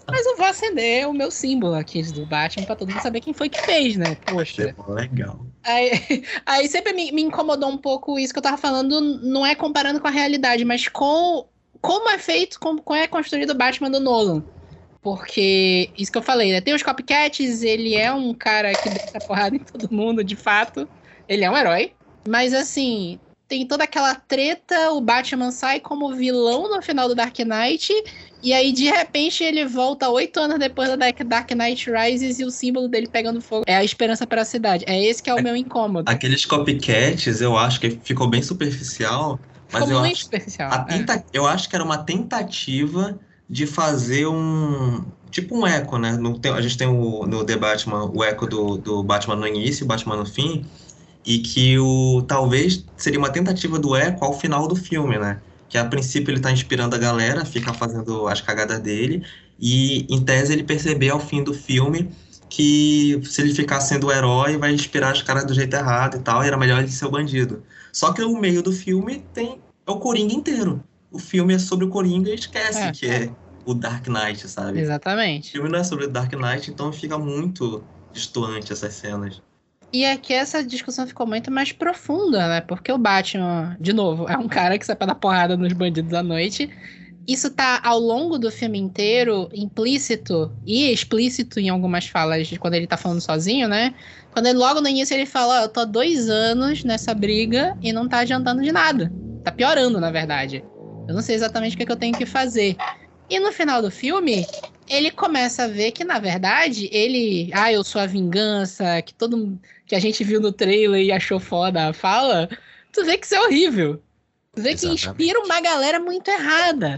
Mas eu vou acender o meu símbolo aqui do Batman pra todo mundo saber quem foi que fez, né? Poxa.
Legal.
Aí, aí sempre me, me incomodou um pouco isso que eu tava falando, não é comparando com a realidade, mas com como é feito, como, como é construído o Batman do Nolan. Porque, isso que eu falei, né? Tem os copycats, ele é um cara que deixa porrada em todo mundo, de fato. Ele é um herói. Mas, assim, tem toda aquela treta, o Batman sai como vilão no final do Dark Knight, e aí, de repente, ele volta oito anos depois da Dark Knight Rises e o símbolo dele pegando fogo é a esperança para a cidade. É esse que é o meu incômodo.
Aqueles copycats, eu acho que ficou bem superficial. Mas
ficou
eu
muito
acho,
superficial.
a tenta, é. Eu acho que era uma tentativa de fazer um... Tipo um eco, né? No, a gente tem o, no The Batman o eco do, do Batman no início e o Batman no fim. E que o talvez seria uma tentativa do eco ao final do filme, né? Que a princípio ele tá inspirando a galera, fica fazendo as cagadas dele. E em tese ele perceber ao fim do filme que se ele ficar sendo o herói vai inspirar os caras do jeito errado e tal. E era melhor ele ser o bandido. Só que o meio do filme tem é o Coringa inteiro. O filme é sobre o Coringa e esquece é, que é o Dark Knight, sabe?
Exatamente.
O filme não é sobre o Dark Knight, então fica muito distoante essas cenas.
E aqui essa discussão ficou muito mais profunda, né? Porque o Batman, de novo, é um cara que sai pra dar porrada nos bandidos à noite. Isso tá ao longo do filme inteiro implícito e explícito em algumas falas de quando ele tá falando sozinho, né? Quando ele, logo no início ele fala, ó, oh, eu tô há dois anos nessa briga e não tá adiantando de nada. Tá piorando, na verdade. Eu não sei exatamente o que, é que eu tenho que fazer. E no final do filme, ele começa a ver que, na verdade, ele... Ah, eu sou a vingança, que todo que a gente viu no trailer e achou foda a fala. Tu vê que isso é horrível. Tu vê Exatamente. Que inspira uma galera muito errada.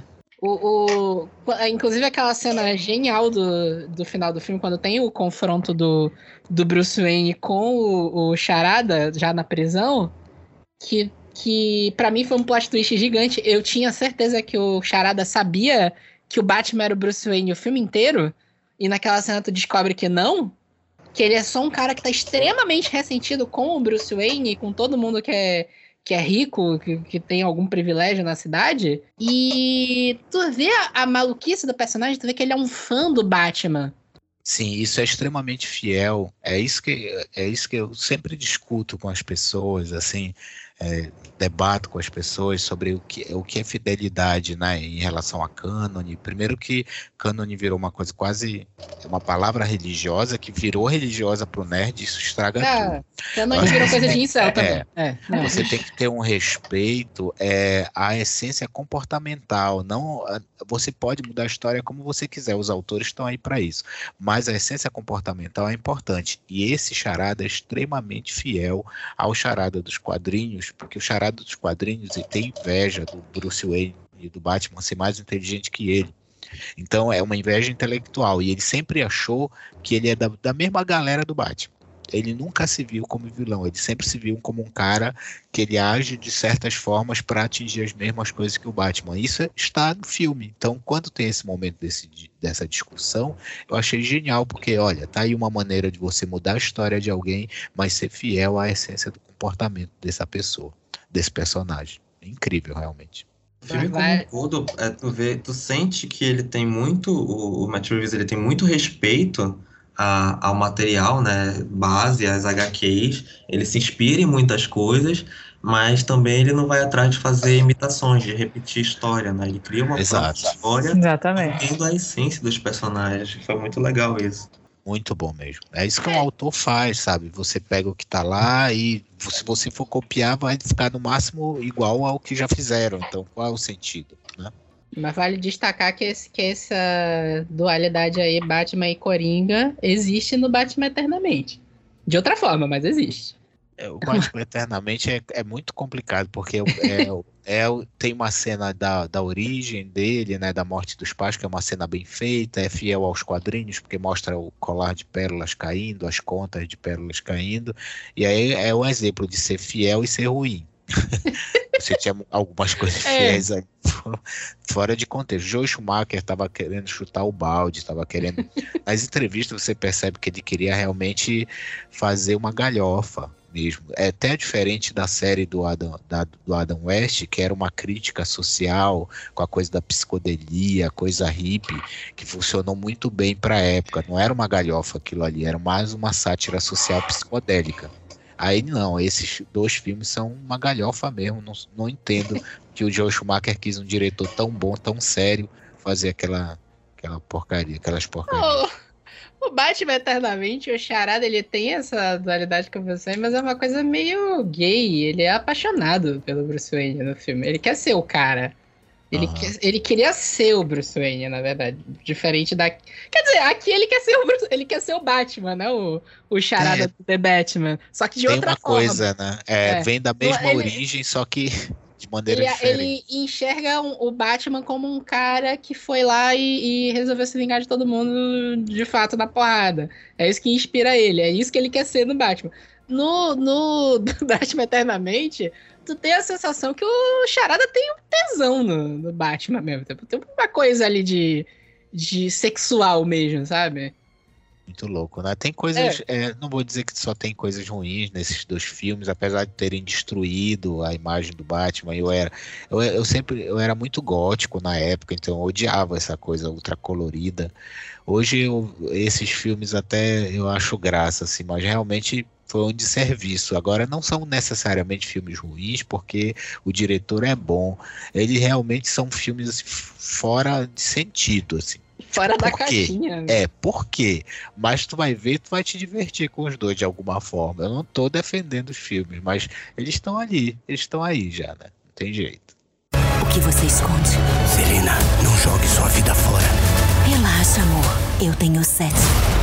O, o, inclusive aquela cena genial do, do final do filme, quando tem o confronto do, do Bruce Wayne com o, o Charada, já na prisão, que, que pra mim foi um plot twist gigante. Eu tinha certeza que o Charada sabia que o Batman era o Bruce Wayne o filme inteiro, e naquela cena tu descobre que não, que ele é só um cara que tá extremamente ressentido com o Bruce Wayne, com todo mundo que é, que é rico, que, que tem algum privilégio na cidade. E tu vê a, a maluquice do personagem, tu vê que ele é um fã do Batman.
Sim, isso é extremamente fiel. É isso que, é isso que eu sempre discuto com as pessoas, assim, é, debato com as pessoas sobre o que, o que é fidelidade, né, em relação a cânone. Primeiro que cânone virou uma coisa quase, uma palavra religiosa que virou religiosa pro nerd, isso estraga
é, tudo. Cânone virou coisa de incel também.
É, é, você tem que ter um respeito é, à essência comportamental. Não, você pode mudar a história como você quiser, os autores estão aí para isso. Mas a essência comportamental é importante. E esse charada é extremamente fiel ao charada dos quadrinhos, porque o charada dos quadrinhos ele tem inveja do Bruce Wayne e do Batman ser mais inteligente que ele. Então é uma inveja intelectual. E ele sempre achou que ele é da, da mesma galera do Batman. Ele nunca se viu como vilão, ele sempre se viu como um cara que ele age de certas formas para atingir as mesmas coisas que o Batman. Isso está no filme. Então, quando tem esse momento desse, dessa discussão, eu achei genial, porque, olha, tá aí uma maneira de você mudar a história de alguém, mas ser fiel à essência do comportamento dessa pessoa, desse personagem. É incrível, realmente.
O filme como um todo, é, tu, vê, tu sente que ele tem muito, o, o Matt Reeves, ele tem muito respeito A, ao material, né, base, às agá quês, ele se inspira em muitas coisas, mas também ele não vai atrás de fazer imitações, de repetir história, né, ele cria uma
Exato.
própria história,
Exatamente.
tendo a essência dos personagens, foi muito legal isso.
Muito bom mesmo. É isso que um autor faz, sabe? Você pega o que tá lá e se você for copiar, vai ficar no máximo igual ao que já fizeram, então qual é o sentido, né?
Mas vale destacar que, esse, que essa dualidade aí, Batman e Coringa, existe no Batman Eternamente. De outra forma, mas existe.
É, o Batman Eternamente é, é muito complicado, porque é, é, é, tem uma cena da, da origem dele, né, da morte dos pais, que é uma cena bem feita, é fiel aos quadrinhos, porque mostra o colar de pérolas caindo, as contas de pérolas caindo, e aí é um exemplo de ser fiel e ser ruim. Você tinha algumas coisas fiéis é. aí fora de contexto. Joe Schumacher estava querendo chutar o balde, estava querendo. Nas entrevistas você percebe que ele queria realmente fazer uma galhofa mesmo. É até diferente da série do Adam, da, do Adam West, que era uma crítica social, com a coisa da psicodelia, coisa hippie, que funcionou muito bem para a época. Não era uma galhofa aquilo ali, era mais uma sátira social psicodélica. Aí não, esses dois filmes são uma galhofa mesmo. Não, não entendo que o Joel Schumacher quis um diretor tão bom, tão sério, fazer aquela, aquela porcaria, aquelas porcarias.
Oh. O Batman Eternamente, o Charada, ele tem essa dualidade com você, mas é uma coisa meio gay. Ele é apaixonado pelo Bruce Wayne no filme. Ele quer ser o cara. Ele, uhum. quer, ele queria ser o Bruce Wayne, na verdade. Diferente da... Quer dizer, aqui ele quer ser o, Bruce, ele quer ser o Batman, né? O, o Charada é, do The Batman. Só que de
tem
outra
uma
forma.
coisa, né? É, é. Vem da mesma ele, origem, só que... de maneira
ele,
diferente.
Ele enxerga um, o Batman como um cara que foi lá e, e resolveu se vingar de todo mundo de fato na porrada. É isso que inspira ele, é isso que ele quer ser no Batman. No, no Batman Eternamente, tu tem a sensação que o Charada tem um tesão no, no Batman mesmo. Tem uma coisa ali de, de sexual mesmo, sabe?
Muito louco, né? Tem coisas, é. É, não vou dizer que só tem coisas ruins nesses dois filmes, apesar de terem destruído a imagem do Batman. Eu era, eu, eu sempre, eu era muito gótico na época, então eu odiava essa coisa ultra colorida. Hoje eu, esses filmes até eu acho graça, assim, mas realmente foi um desserviço. Agora não são necessariamente filmes ruins, porque o diretor é bom. Eles realmente são filmes assim, fora de sentido, assim.
Fora da caixinha. Né?
É, por quê? Mas tu vai ver, tu vai te divertir com os dois de alguma forma. Eu não tô defendendo os filmes, mas eles estão ali, eles estão aí já, né? Não tem jeito.
O que você esconde?
Selina, não jogue sua vida fora.
Relaxa, amor. Eu tenho sete.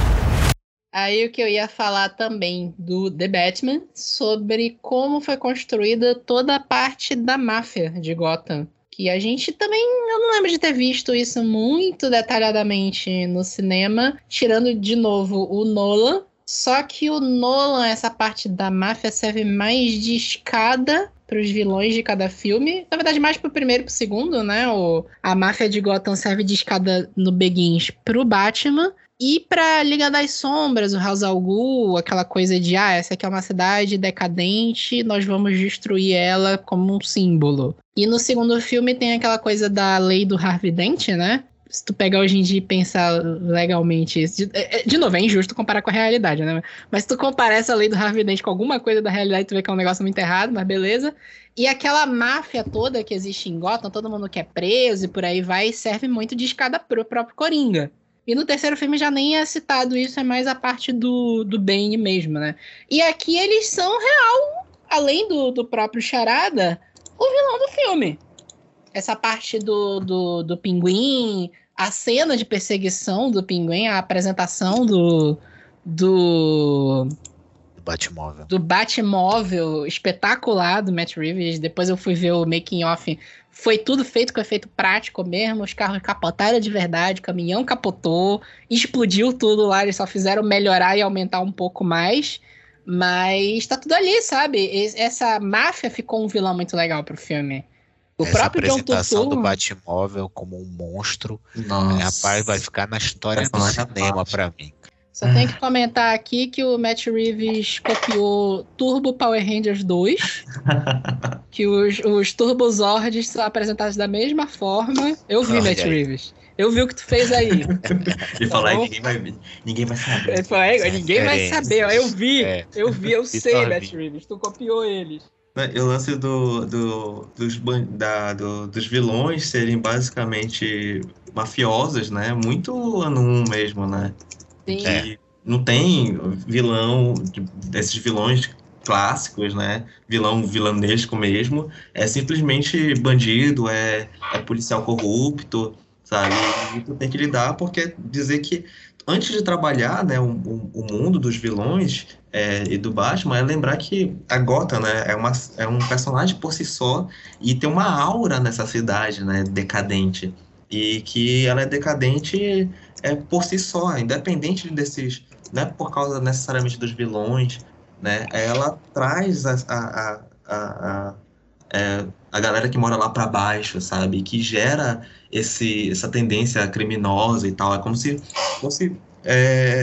Aí o que eu ia falar também do The Batman, sobre como foi construída toda a parte da máfia de Gotham. Que a gente também, eu não lembro de ter visto isso muito detalhadamente no cinema, tirando de novo o Nolan. Só que o Nolan, essa parte da máfia serve mais de escada para os vilões de cada filme. Na verdade, mais pro primeiro e pro segundo, né? O, a máfia de Gotham serve de escada no Begins pro Batman. E pra Liga das Sombras, o Ra's al Ghul, aquela coisa de, ah, essa aqui é uma cidade decadente, nós vamos destruir ela como um símbolo. E no segundo filme tem aquela coisa da lei do Harvey Dent, né? Se tu pegar hoje em dia e pensar legalmente isso... De, de novo, é injusto comparar com a realidade, né? Mas se tu comparar essa lei do Harvey Dent com alguma coisa da realidade, tu vê que é um negócio muito errado, mas beleza. E aquela máfia toda que existe em Gotham, todo mundo que é preso e por aí vai, serve muito de escada pro próprio Coringa. E no terceiro filme já nem é citado isso, é mais a parte do, do Bane mesmo, né? E aqui eles são real, além do, do próprio Charada, o vilão do filme. Essa parte do, do, do Pinguim, a cena de perseguição do Pinguim, a apresentação do... do
Batmóvel.
Do Batmóvel espetacular do Matt Reeves. Depois eu fui ver o making of. Foi tudo feito com efeito prático mesmo. Os carros capotaram de verdade, o caminhão capotou, explodiu tudo lá. Eles só fizeram melhorar e aumentar um pouco mais. Mas tá tudo ali, sabe? Essa máfia ficou um vilão muito legal pro filme. O
Essa
próprio
apresentação
John Turturro...
do Batmóvel como um monstro,
Nossa.
É, rapaz, vai ficar na história do cinema pra mim.
Só tenho que comentar aqui que o Matt Reeves copiou Turbo Power Rangers dois, que os, os Turbo Zords são apresentados da mesma forma. Eu vi, oh, Matt Reeves. Eu vi o que tu fez aí.
E falar aí, ninguém vai, ninguém vai saber.
Falei, ninguém vai saber. Eu vi, é. eu vi, eu sei, Matt Reeves. Tu copiou eles.
E o lance do, do, dos, da, do, dos vilões serem basicamente mafiosos, né? Muito ano um mesmo, né?
Sim.
É. Não tem vilão, desses vilões clássicos, né? Vilão vilanesco mesmo. É simplesmente bandido, é, é policial corrupto, sabe? E tu tem que lidar, porque dizer que antes de trabalhar, né, o, o mundo dos vilões é, e do Batman, é lembrar que a Gotham, né, é, uma, é um personagem por si só e tem uma aura nessa cidade, né, decadente. E que ela é decadente é, por si só, independente desses... Não é por causa necessariamente dos vilões, né? Ela traz a, a, a, a, a, a galera que mora lá para baixo, sabe? Que gera esse, essa tendência criminosa e tal. É como se fosse... É,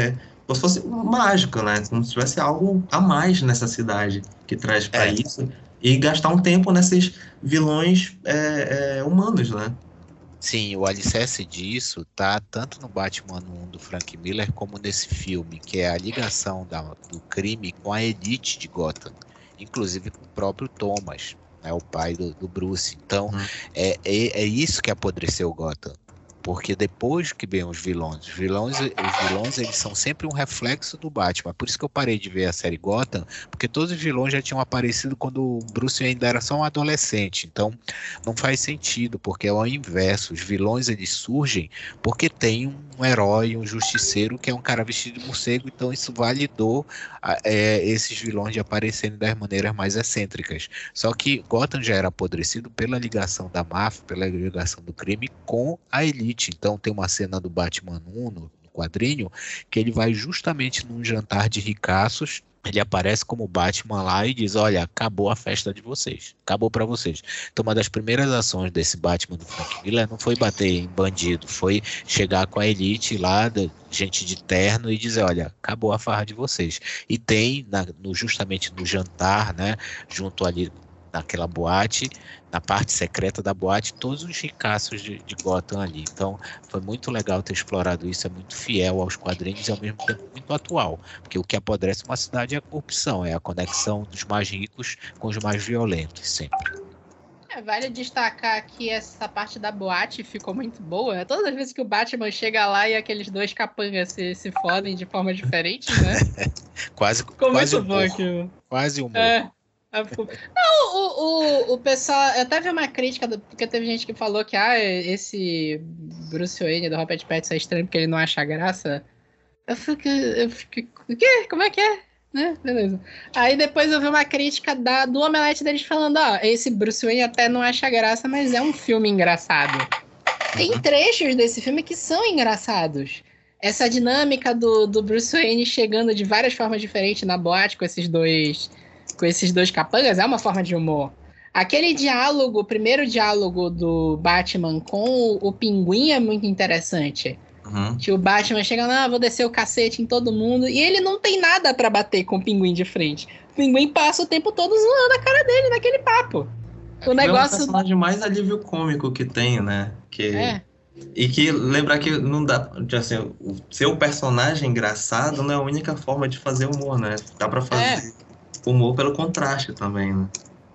como se fosse mágico, né? Como se tivesse algo a mais nessa cidade que traz pra
É.
isso. E gastar um tempo nesses vilões é, é, humanos, né?
Sim, o alicerce disso tá tanto no Batman um do Frank Miller como nesse filme, que é a ligação da- do crime com a elite de Gotham, inclusive com o próprio Thomas, né, o pai do, do Bruce. Então,
Uhum.
é, é, é isso que apodreceu Gotham. Porque depois que vem os vilões, os vilões, os vilões eles são sempre um reflexo do Batman. Por isso que eu parei de ver a série Gotham, porque todos os vilões já tinham aparecido quando o Bruce ainda era só um adolescente. Então não faz sentido, porque é o inverso. Os vilões eles surgem porque tem um herói, um justiceiro que é um cara vestido de morcego. Então isso validou a- é, esses vilões de aparecerem das maneiras mais excêntricas. Só que Gotham já era apodrecido pela ligação da máfia, pela ligação do crime com a elite. Então tem uma cena do Batman um no, no quadrinho que ele vai justamente num jantar de ricaços. Ele aparece como Batman lá e diz: olha, acabou a festa de vocês, acabou pra vocês. Então uma das primeiras ações desse Batman do Frank Miller não foi bater em bandido, foi chegar com a elite lá, da gente de terno, e dizer: olha, acabou a farra de vocês. E tem na- no- justamente no jantar, né, junto ali naquela boate, na parte secreta da boate, todos os ricaços de, de Gotham ali. Então foi muito legal ter explorado isso, é muito fiel aos quadrinhos e ao mesmo tempo muito atual, porque o que apodrece uma cidade é a corrupção, é a conexão dos mais ricos com os mais violentos, sempre.
É, vale destacar que essa parte da boate ficou muito boa. Todas as vezes que o Batman chega lá e aqueles dois capangas se, se fodem de forma diferente, né?
Quase,
Ficou
quase
muito bom
humor,
aquilo.
quase humor.
É. a- Não, o, o, o pessoal. Eu até vi uma crítica, do- porque teve gente que falou que ah, esse Bruce Wayne do Robert Pattinson é estranho porque ele não acha graça. Eu fiquei. Eu fiquei o quê? Como é que é? Né? Beleza. Aí depois eu vi uma crítica da, do Omelete deles falando: ó, esse Bruce Wayne até não acha graça, mas é um filme engraçado. Tem
Uhum.
trechos desse filme que são engraçados. Essa dinâmica do, do Bruce Wayne chegando de várias formas diferentes na boate com esses dois com esses dois capangas é uma forma de humor. Aquele diálogo, o primeiro diálogo do Batman com o, o Pinguim é muito interessante.
Uhum.
Que o Batman chega, não, vou descer o cacete em todo mundo, e ele não tem nada pra bater com o Pinguim de frente. O Pinguim passa o tempo todo zoando a cara dele naquele papo. O
Ele é o
negócio...
personagem mais alívio cômico que tem, né? Que...
É.
E que lembrar que não dá. Assim, o ser o personagem engraçado não é a única forma de fazer humor, né? Dá pra fazer humor pelo contraste também, né?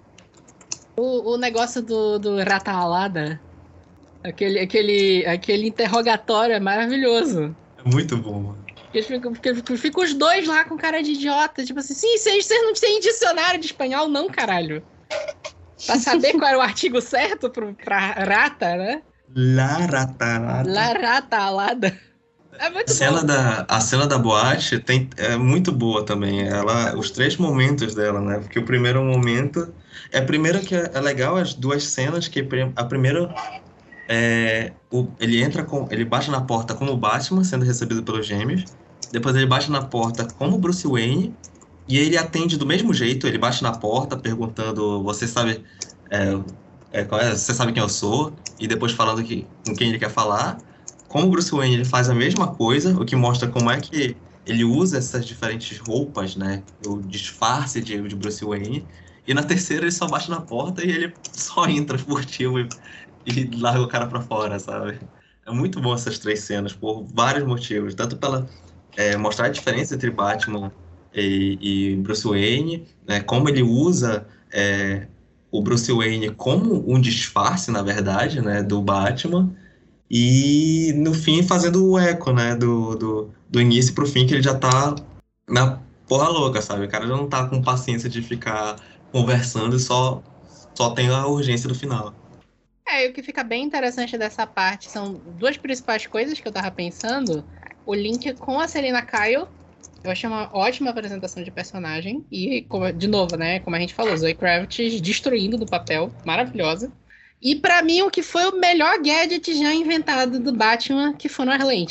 O, o negócio do, do Rata Alada, aquele, aquele, aquele interrogatório é maravilhoso.
É muito bom, mano.
Eles ficam, ficam, ficam os dois lá com cara de idiota, tipo assim, sim, vocês, vocês não têm dicionário de espanhol, não, caralho. Pra saber qual era o artigo certo pro, pra rata, né?
La ratarata.
La Rata Alada. É muito
A cena
bom.
da, a cena da boate tem, é muito boa também. Ela, os três momentos dela, né? Porque o primeiro momento. É primeiro que é, é legal as duas cenas, que prim- a primeira é. O, ele entra com. Ele bate na porta como Batman, sendo recebido pelos gêmeos. Depois ele bate na porta como Bruce Wayne. E ele atende do mesmo jeito, ele bate na porta perguntando, você sabe. É, é, qual é? Você sabe quem eu sou? E depois falando que, com quem ele quer falar. Como o Bruce Wayne ele faz a mesma coisa, o que mostra como é que ele usa essas diferentes roupas, né? O disfarce de, de Bruce Wayne. E na terceira ele só bate na porta e ele só entra furtivo e, e larga o cara pra fora, sabe? É muito bom essas três cenas, por vários motivos. Tanto pela é, mostrar a diferença entre Batman e, e Bruce Wayne, né? Como ele usa é, o Bruce Wayne como um disfarce, na verdade, né? Do Batman. E no fim fazendo o eco, né, do, do, do início pro fim, que ele já tá na porra louca, sabe? O cara já não tá com paciência de ficar conversando e só, só tem a urgência do final.
É, e o que fica bem interessante dessa parte são duas principais coisas que eu tava pensando. O link com a Selina Kyle. Eu achei uma ótima apresentação de personagem. E, como- de novo, né, como a gente falou, Zoe Kravitz destruindo do papel. Maravilhosa. E pra mim, o que foi o melhor gadget já inventado do Batman, que foram as lentes.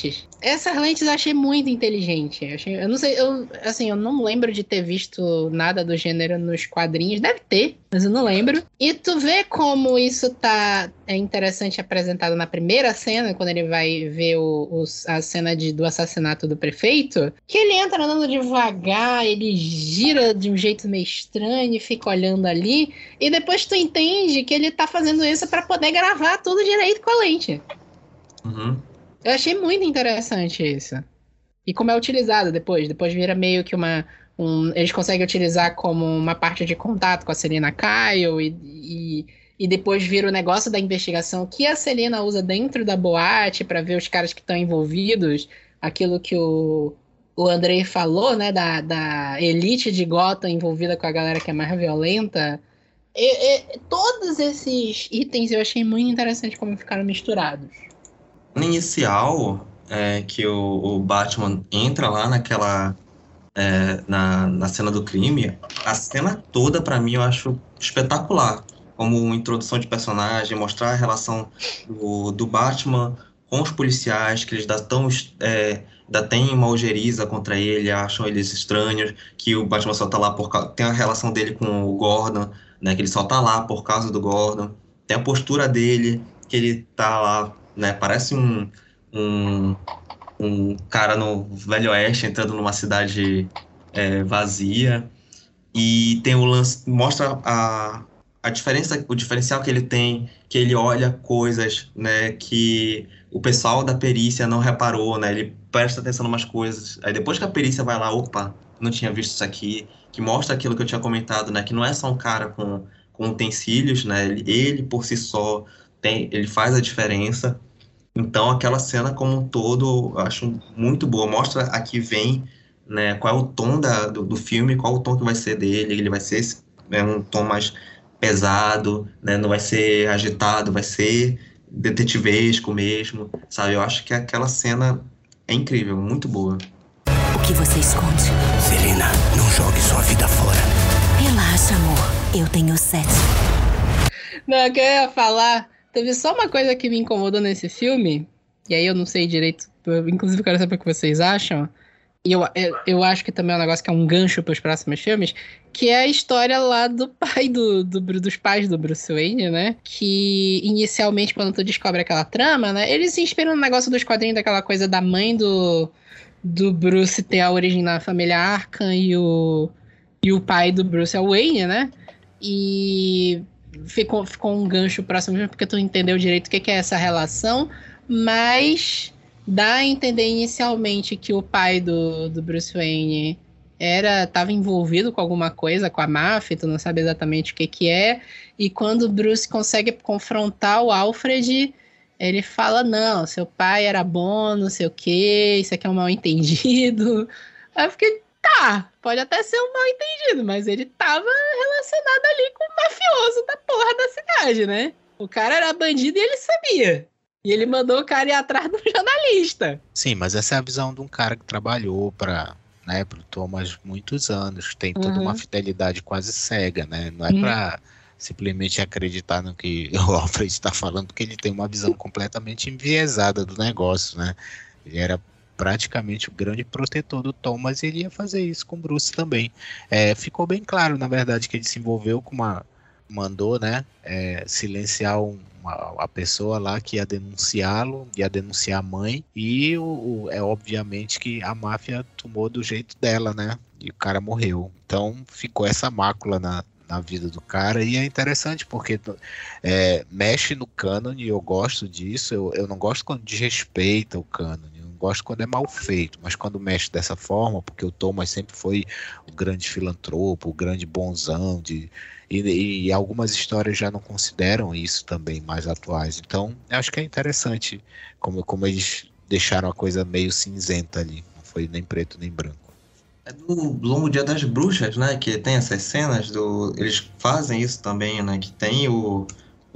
Essas lentes eu achei muito inteligente. Eu, achei, eu não sei, eu, assim, eu não lembro de ter visto nada do gênero nos quadrinhos. Deve ter, mas eu não lembro. E tu vê como isso tá é interessante apresentado na primeira cena, quando ele vai ver o, o, a cena de, do assassinato do prefeito, que ele entra andando devagar, ele gira de um jeito meio estranho e fica olhando ali. E depois tu entende que ele tá fazendo isso pra poder gravar tudo direito com a lente.
Uhum.
Eu achei muito interessante isso. E como é utilizado depois. Depois vira meio que uma... Um, eles conseguem utilizar como uma parte de contato com a Selina Kyle. E, e, e depois vira o negócio da investigação que a Selina usa dentro da boate para ver os caras que estão envolvidos. Aquilo que o, o Andrei falou, né? Da, da elite de Gotham envolvida com a galera que é mais violenta. E, e, todos esses itens eu achei muito interessante como ficaram misturados.
No inicial, é, que o, o Batman entra lá naquela... É, na, na cena do crime, a cena toda, pra mim, eu acho espetacular. Como introdução de personagem, mostrar a relação do, do Batman com os policiais, que eles ainda, tão, é, ainda têm uma ojeriza contra ele, acham eles estranhos, que o Batman só tá lá por causa... Tem a relação dele com o Gordon, né, que ele só tá lá por causa do Gordon. Tem a postura dele, que ele tá lá... Né? Parece um, um, um cara no Velho Oeste entrando numa cidade é, vazia. E tem o lance, mostra a, a diferença, o diferencial que ele tem, que ele olha coisas, né, que o pessoal da perícia não reparou, né? Ele presta atenção em umas coisas. Aí depois que a perícia vai lá, opa, não tinha visto isso aqui, que mostra aquilo que eu tinha comentado, né? Que não é só um cara com, com utensílios, né? Ele, ele por si só tem, ele faz a diferença. Então aquela cena como um todo eu acho muito boa, mostra a que vem, né, qual é o tom da, do, do filme, qual é o tom que vai ser dele. Ele vai ser é, um tom mais pesado, né, não vai ser agitado, vai ser detetivesco mesmo, sabe? Eu acho que aquela cena é incrível, muito boa.
O que você esconde?
Selina, não jogue sua vida fora.
Relaxa, amor. Eu tenho sete.
Não, o que eu ia falar... Teve só uma coisa que me incomodou nesse filme, e aí eu não sei direito, eu, inclusive eu quero saber o que vocês acham, e eu, eu, eu acho que também é um negócio que é um gancho para os próximos filmes, que é a história lá do pai do, do, dos pais do Bruce Wayne, né? Que inicialmente, quando tu descobre aquela trama, né? Eles se inspiram no negócio dos quadrinhos, daquela coisa da mãe do, do Bruce ter a origem na família Arkham e o, e o pai do Bruce é o Wayne, né? E... Ficou, ficou um gancho próximo, porque tu entendeu direito o que, que é essa relação, mas dá a entender inicialmente que o pai do, do Bruce Wayne era, estava envolvido com alguma coisa, com a máfia, tu não sabe exatamente o que, que é, e quando o Bruce consegue confrontar o Alfred, ele fala, não, seu pai era bom, não sei o que, isso aqui é um mal entendido. Aí eu fiquei, tá, pode até ser um mal entendido, mas ele tava relacionado ali com o mafioso da porra da cidade, né? O cara era bandido e ele sabia. E ele mandou o cara ir atrás do jornalista.
Sim, mas essa é a visão de um cara que trabalhou para, né, pro Thomas muitos anos, tem toda
Uhum.
uma fidelidade quase cega, né? Não é
Uhum.
para simplesmente acreditar no que o Alfred está falando, porque ele tem uma visão completamente enviesada do negócio, né? Ele era praticamente o grande protetor do Thomas e ele ia fazer isso com o Bruce também. É, ficou bem claro, na verdade, que ele se envolveu com uma... mandou, né, é, silenciar uma, a pessoa lá que ia denunciá-lo, ia denunciar a mãe, e o, o, é obviamente que a máfia tomou do jeito dela, né, e o cara morreu. Então ficou essa mácula na, na vida do cara, e é interessante porque é, mexe no cânone, e eu gosto disso. Eu, eu não gosto quando desrespeita o cânone, gosto quando é mal feito, mas quando mexe dessa forma, porque o Thomas sempre foi o grande filantropo, o grande bonzão, de, e, e algumas histórias já não consideram isso também mais atuais. Então, eu acho que é interessante como, como eles deixaram a coisa meio cinzenta ali, não foi nem preto nem branco.
É do Longo Dia das Bruxas, né, que tem essas cenas, do, eles fazem isso também, né, que tem o,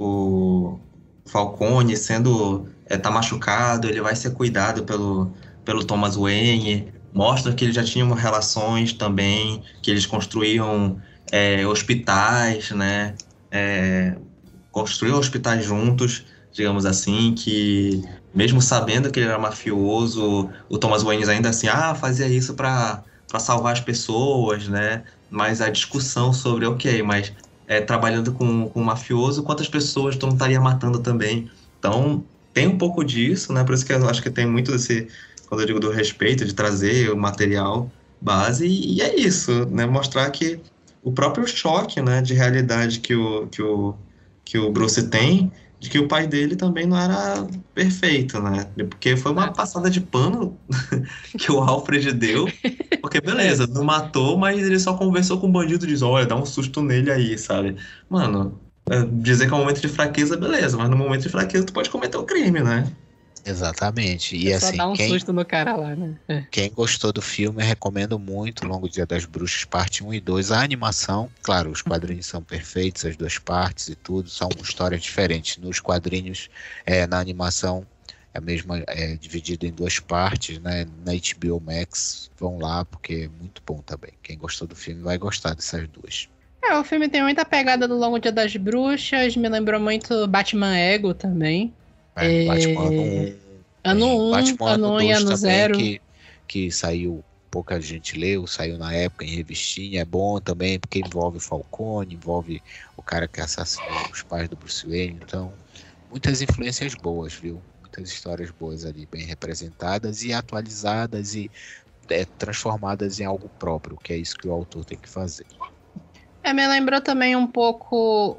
o Falcone sendo... É, tá machucado, ele vai ser cuidado pelo, pelo Thomas Wayne, mostra que eles já tinham relações também, que eles construíam é, hospitais, né, é, construíam hospitais juntos, digamos assim, que mesmo sabendo que ele era mafioso, o Thomas Wayne ainda assim, ah, fazia isso pra, pra salvar as pessoas, né? Mas a discussão sobre, ok, mas é, trabalhando com, com um mafioso, quantas pessoas tu não estaria matando também? Então, tem um pouco disso, né? Por isso que eu acho que tem muito desse, quando eu digo do respeito, de trazer o material base, e, e é isso, né? Mostrar que o próprio choque, né, de realidade que o, que o, que o Bruce tem, de que o pai dele também não era perfeito, né? Porque foi uma passada de pano que o Alfred deu, porque beleza, não matou, mas ele só conversou com o bandido e diz, olha, dá um susto nele aí, sabe? Mano, dizer que é um momento de fraqueza, beleza, mas no momento de fraqueza tu pode cometer um crime, né?
Exatamente. E
É
assim,
só dar um
quem,
susto no cara lá, né? É.
quem gostou do filme, eu recomendo muito o Longo Dia das Bruxas, parte um e dois. A animação, claro, os quadrinhos são perfeitos, as duas partes e tudo, são histórias diferentes. Nos quadrinhos, é, na animação, é mesmo é, dividido em duas partes, né? Na H B O Max, vão lá, porque é muito bom também. Quem gostou do filme vai gostar dessas duas.
É, o filme tem muita pegada do Longo Dia das Bruxas, me lembrou muito Batman Ego também.
É,
É...
Batman ano um,
Ano um,
Batman
ano um e ano zero.
Que, que saiu, pouca gente leu, saiu na época em revistinha, é bom também, porque envolve o Falcone, envolve o cara que assassinou os pais do Bruce Wayne, então, muitas influências boas, viu? Muitas histórias boas ali, bem representadas e atualizadas e é, transformadas em algo próprio, que é isso que o autor tem que fazer.
É, me lembrou também um pouco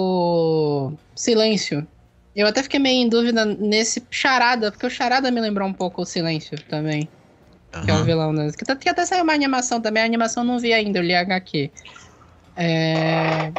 o Silêncio. Eu até fiquei meio em dúvida nesse Charada, porque o Charada me lembrou um pouco o Silêncio também. Uhum. Que é o vilão, né? Que, que até saiu uma animação também, a animação eu não vi ainda, eu li H Q. É,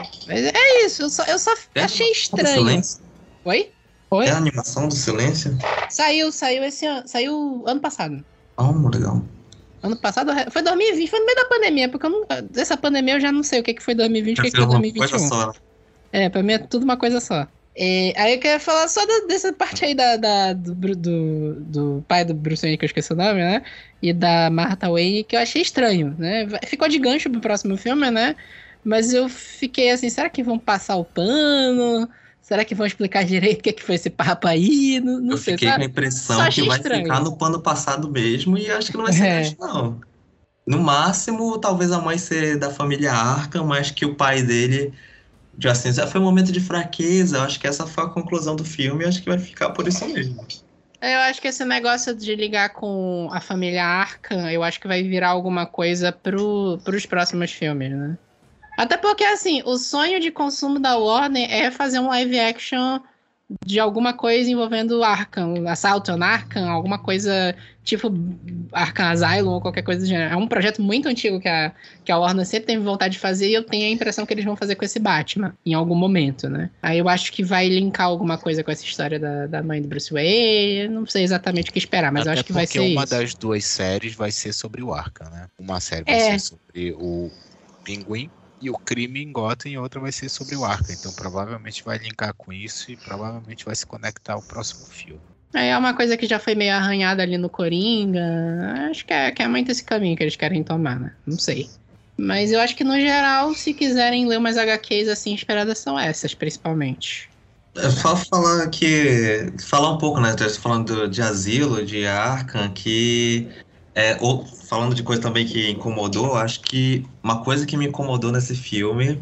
é isso, eu só, eu só
é
achei estranho. Oi? Oi?
É a animação do Silêncio?
Saiu, saiu esse ano, saiu ano passado.
Ah, oh, legal.
Ano passado, foi dois mil e vinte, foi no meio da pandemia, porque eu não, dessa pandemia eu já não sei o que foi dois mil e vinte e o que foi dois mil e vinte e um.
Coisa só.
É, pra mim é tudo uma coisa só. É, aí eu queria falar só da, dessa parte aí da, da, do, do, do pai do Bruce Wayne, que eu esqueci o nome, né? E da Martha Wayne, que eu achei estranho, né? Ficou de gancho pro próximo filme, né? Mas eu fiquei assim, será que vão passar o pano? Será que vão explicar direito o que, é que foi esse papo aí? Não, não
eu
sei,
fiquei
sabe?
com a impressão que vai
estranho.
Ficar no pano passado mesmo e acho que não vai ser
É.
isso, não. No máximo, talvez a mãe ser da família Arkham, mas que o pai dele... De assim, já foi um momento de fraqueza, eu acho que essa foi a conclusão do filme e acho que vai ficar por isso mesmo.
Eu acho que esse negócio de ligar com a família Arkham, eu acho que vai virar alguma coisa pro, pros próximos filmes, né? Até porque, assim, o sonho de consumo da Warner é fazer um live action de alguma coisa envolvendo Arkham, Assault on Arkham, alguma coisa tipo Arkham Asylum ou qualquer coisa do gênero. É um projeto muito antigo que a, que a Warner sempre teve vontade de fazer e eu tenho a impressão que eles vão fazer com esse Batman, em algum momento, né? Aí eu acho que vai linkar alguma coisa com essa história da, da mãe do Bruce Wayne, não sei exatamente o que esperar, mas
Até
eu acho que vai ser
porque uma
isso.
das duas séries vai ser sobre o Arkham, né? Uma série vai
É.
ser sobre o Pinguim e o crime em Gotham e outra vai ser sobre o Arkham. Então provavelmente vai linkar com isso e provavelmente vai se conectar ao próximo filme.
É uma coisa que já foi meio arranhada ali no Coringa. Acho que é, que é muito esse caminho que eles querem tomar, né? Não sei. Mas eu acho que, no geral, se quiserem ler umas H Qs assim esperadas, são essas, principalmente.
É só falar que... Falar um pouco, né? Tô falando de Asilo, de Arkham, que... É, ou, falando de coisa também que incomodou, acho que uma coisa que me incomodou nesse filme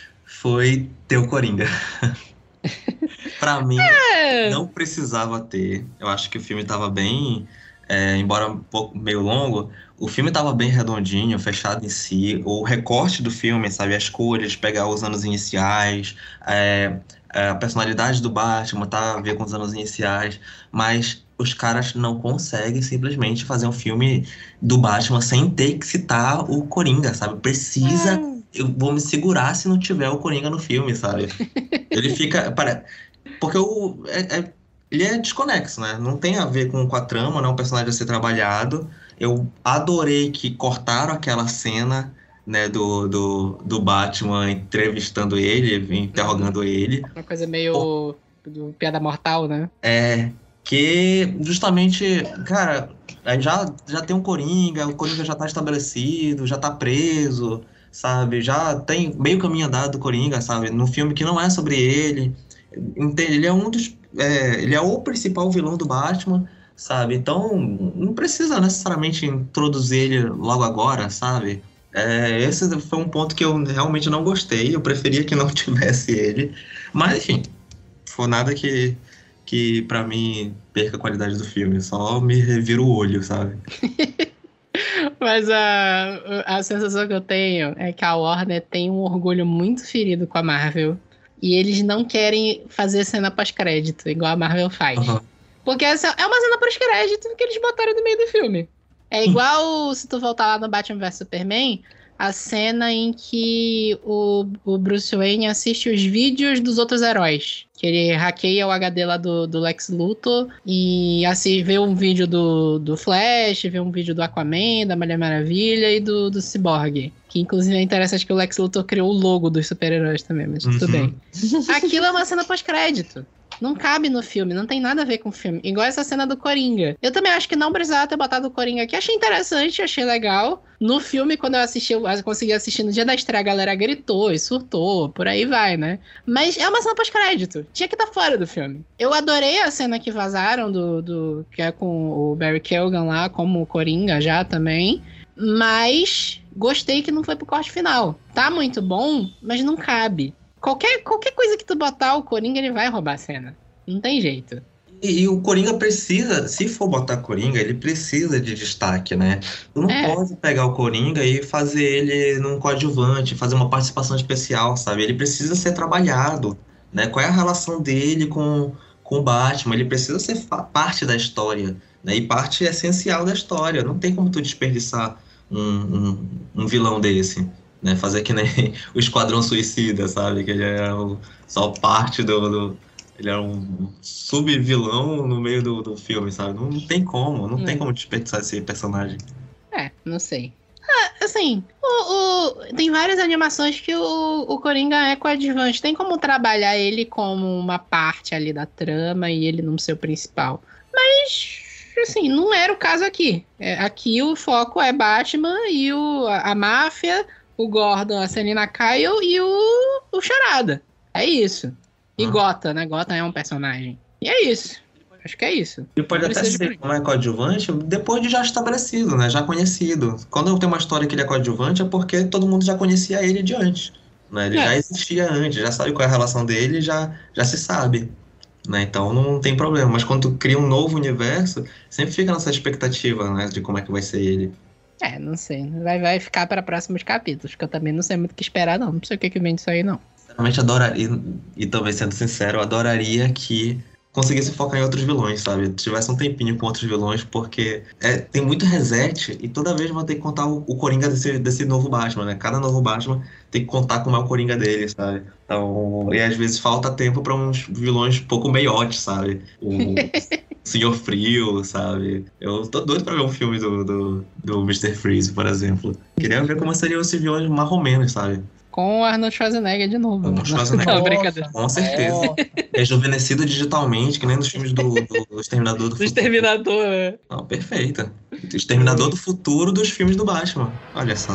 foi ter o Coringa. Pra mim,
É.
não precisava ter. Eu acho que o filme tava bem... É, embora um pouco meio longo, o filme tava bem redondinho, fechado em si. O recorte do filme, sabe? As cores, pegar os anos iniciais, é, a personalidade do Batman tá a ver com os anos iniciais, mas os caras não conseguem simplesmente fazer um filme do Batman sem ter que citar o Coringa, sabe? Precisa... Eu vou me segurar se não tiver o Coringa no filme, sabe? Ele fica... Para... Porque o... É, é... Ele é desconexo, né? Não tem a ver com, com a trama, não é um personagem a ser trabalhado. Eu adorei que cortaram aquela cena, né, do, do, do Batman entrevistando ele, interrogando ele.
Uma coisa meio do Piada Mortal, né?
É, que justamente, cara, aí já, já tem um Coringa, o Coringa já tá estabelecido, já tá preso, sabe? Já tem meio caminho andado do Coringa, sabe? Num filme que não é sobre ele. Entende? Ele é um dos é, ele é o principal vilão do Batman, sabe? Então, não precisa necessariamente introduzir ele logo agora, sabe? É, esse foi um ponto que eu realmente não gostei. Eu preferia que não tivesse ele. Mas, enfim, foi nada que, que pra mim, perca a qualidade do filme. Só me revira o olho, sabe?
Mas a, a sensação que eu tenho é que a Warner tem um orgulho muito ferido com a Marvel. E eles não querem fazer cena pós-crédito, igual a Marvel faz. Uhum. Porque essa é uma cena pós-crédito que eles botaram no meio do filme. É igual se tu voltar lá no Batman versus Superman, a cena em que o, o Bruce Wayne assiste os vídeos dos outros heróis. Que ele hackeia o H D lá do, do Lex Luthor e assim, vê um vídeo do, do Flash, vê um vídeo do Aquaman, da Mulher Maravilha e do, do Cyborg. Que inclusive é interessante que o Lex Luthor criou o logo dos super-heróis também, mas uhum. tudo bem. Aquilo é uma cena pós-crédito. Não cabe no filme, não tem nada a ver com o filme. Igual essa cena do Coringa. Eu também acho que não precisava ter botado o Coringa aqui. Achei interessante, achei legal. No filme, quando eu assisti, eu consegui assistir no dia da estreia, a galera gritou e surtou, por aí vai, né? Mas é uma cena pós-crédito. Tinha que estar fora do filme. Eu adorei a cena que vazaram, do, do que é com o Barry Keoghan lá, como o Coringa já também. Mas gostei que não foi pro corte final. Tá muito bom, mas não cabe. Qualquer, qualquer coisa que tu botar o Coringa, ele vai roubar a cena. Não tem jeito.
E, e o Coringa precisa, se for botar Coringa, ele precisa de destaque, né? Tu não é. pode pegar o Coringa e fazer ele num coadjuvante, fazer uma participação especial, sabe? Ele precisa ser trabalhado, né? Qual é a relação dele com, com o Batman? Ele precisa ser parte da história, né? E parte essencial da história. Não tem como tu desperdiçar um, um, um vilão desse. Né, fazer que nem o Esquadrão Suicida, sabe? Que ele é o, só parte do, do... Ele é um sub-vilão no meio do, do filme, sabe? Não, não tem como, não, não tem como desperdiçar esse personagem.
É, não sei. Ah, assim, o, o, tem várias animações que o, o Coringa é coadjuvante. Tem como trabalhar ele como uma parte ali da trama e ele não ser o principal. Mas... assim, não era o caso aqui. É, aqui o foco é Batman e o, a, a máfia... o Gordon, a Selina Kyle e o, o Charada. É isso. E ah. Gotham, né? Gotham é um personagem. E é isso. Acho que é isso.
Ele pode até ser como é coadjuvante depois de já estabelecido, né? Já conhecido. Quando tem uma história que ele é coadjuvante é porque todo mundo já conhecia ele de antes. Né? Ele é. já existia antes, já sabe qual é a relação dele, já, já se sabe. Né? Então não tem problema. Mas quando tu cria um novo universo, sempre fica nessa expectativa, né? De como é que vai ser ele.
É, não sei. Vai, vai ficar para próximos capítulos, que eu também não sei muito o que esperar, não. Não sei o que, que vem disso aí, não.
Sinceramente, adoraria, e talvez sendo sincero, eu adoraria que conseguisse focar em outros vilões, sabe? Tivesse um tempinho com outros vilões, porque é, tem muito reset e toda vez vão ter que contar o, o Coringa desse, desse novo Batman, né? Cada novo Batman tem que contar como é o Coringa dele, sabe? Então, e às vezes falta tempo para uns vilões um pouco meiotes, sabe? O Senhor Frio, sabe? Eu tô doido pra ver um filme do, do, do mister Freeze, por exemplo. Queria ver como seriam esses vilões marromenos, sabe?
Com o Arnold Schwarzenegger de novo.
Com o Schwarzenegger.
Não, brincadeira.
Com certeza. Rejuvenescido digitalmente, que nem nos filmes do, do, do Exterminador do, do Futuro.
Exterminador, né?
Não, perfeita. Exterminador do Futuro dos filmes do Batman. Olha só.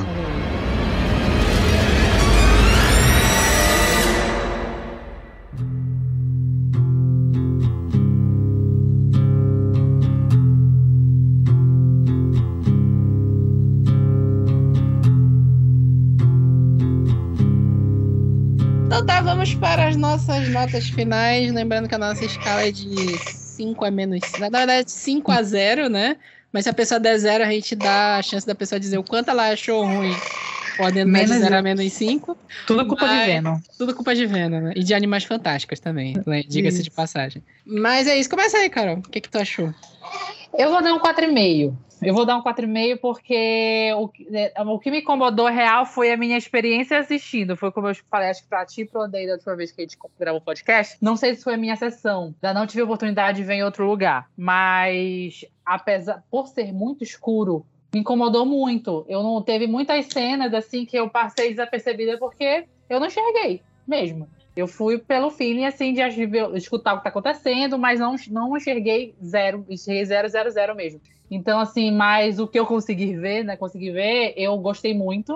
Então tá, vamos para as nossas notas finais. Lembrando que a nossa escala é de cinco a menos... Na verdade, cinco a zero, né? Mas se a pessoa der zero, a gente dá a chance da pessoa dizer o quanto ela achou ruim. Podendo dar de zero a menos cinco.
Tudo culpa
mas...
de Venom.
Tudo culpa de Venom, né? E de Animais Fantásticos também, né? Diga-se de passagem. Mas é isso. Começa aí, Carol. O que, que tu achou?
Eu vou dar um quatro vírgula cinco. Eu vou dar um quatro vírgula cinco porque o, o que me incomodou real foi a minha experiência assistindo. Foi como eu falei, acho que pra ti e pro Andrei da última vez que a gente gravou o podcast. Não sei se foi a minha sessão. Ainda não tive oportunidade de ver em outro lugar. Mas, apesar, por ser muito escuro, me incomodou muito. Eu não teve muitas cenas assim que eu passei desapercebida porque eu não enxerguei mesmo. Eu fui pelo feeling, assim, de escutar o que tá acontecendo, mas não, não enxerguei zero, enxerguei zero, zero, zero mesmo. Então, assim, mas o que eu consegui ver, né, consegui ver, eu gostei muito.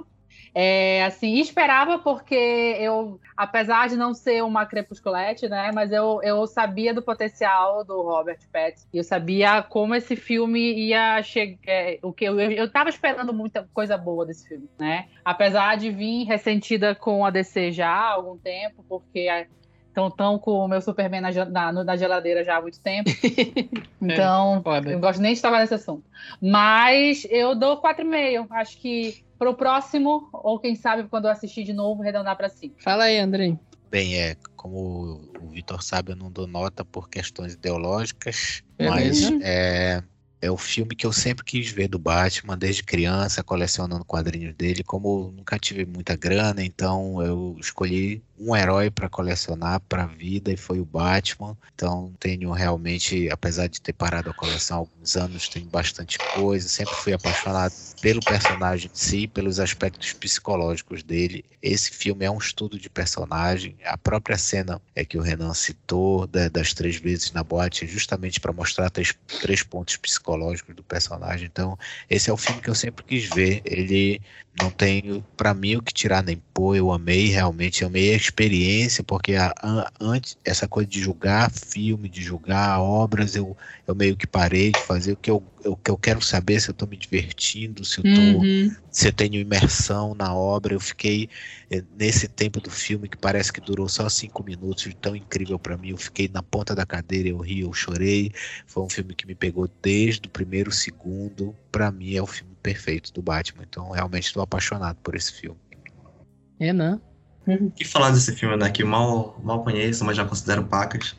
É, assim, esperava porque eu, apesar de não ser uma crepusculete, né, mas eu, eu sabia do potencial do Robert Pattinson. Eu sabia como esse filme ia chegar, é, o que eu, eu, eu tava esperando muita coisa boa desse filme, né? Apesar de vir ressentida com a D C já há algum tempo, porque estão tão com o meu Superman na, na, na geladeira já há muito tempo. Então, é, eu não gosto nem de estar nesse assunto. Mas eu dou quatro e meio. Acho que pro próximo, ou quem sabe quando eu assistir de novo, arredondar para cinco.
Fala aí, Andrei.
Bem, é, como o Vitor sabe, eu não dou nota por questões ideológicas,
Beleza.
mas é, é o filme que eu sempre quis ver do Batman, desde criança, colecionando quadrinhos dele. Como eu nunca tive muita grana, então eu escolhi um herói para colecionar para a vida e foi o Batman. Então tenho realmente, apesar de ter parado a coleção há alguns anos, tenho bastante coisa. Sempre fui apaixonado pelo personagem em si, pelos aspectos psicológicos dele. Esse filme é um estudo de personagem. A própria cena é que o Renan citou da, das três vezes na boate é justamente para mostrar três, três pontos psicológicos do personagem. Então esse é o filme que eu sempre quis ver. Ele não tem para mim o que tirar nem pôr. Eu amei, realmente amei a experiência, porque a, a, antes, essa coisa de julgar filme, de julgar obras, eu, eu meio que parei de fazer. O que eu, o que eu quero saber se eu estou me divertindo, se eu, tô,
Uhum.
se eu tenho imersão na obra. Eu fiquei eh, nesse tempo do filme que parece que durou só cinco minutos, de tão incrível para mim. Eu fiquei na ponta da cadeira, eu ri, eu chorei. Foi um filme que me pegou desde o primeiro segundo. Para mim é o filme perfeito do Batman, então realmente estou apaixonado por esse filme.
Renan.
O que falar desse filme, né? Que mal, mal conheço, mas já considero pacas.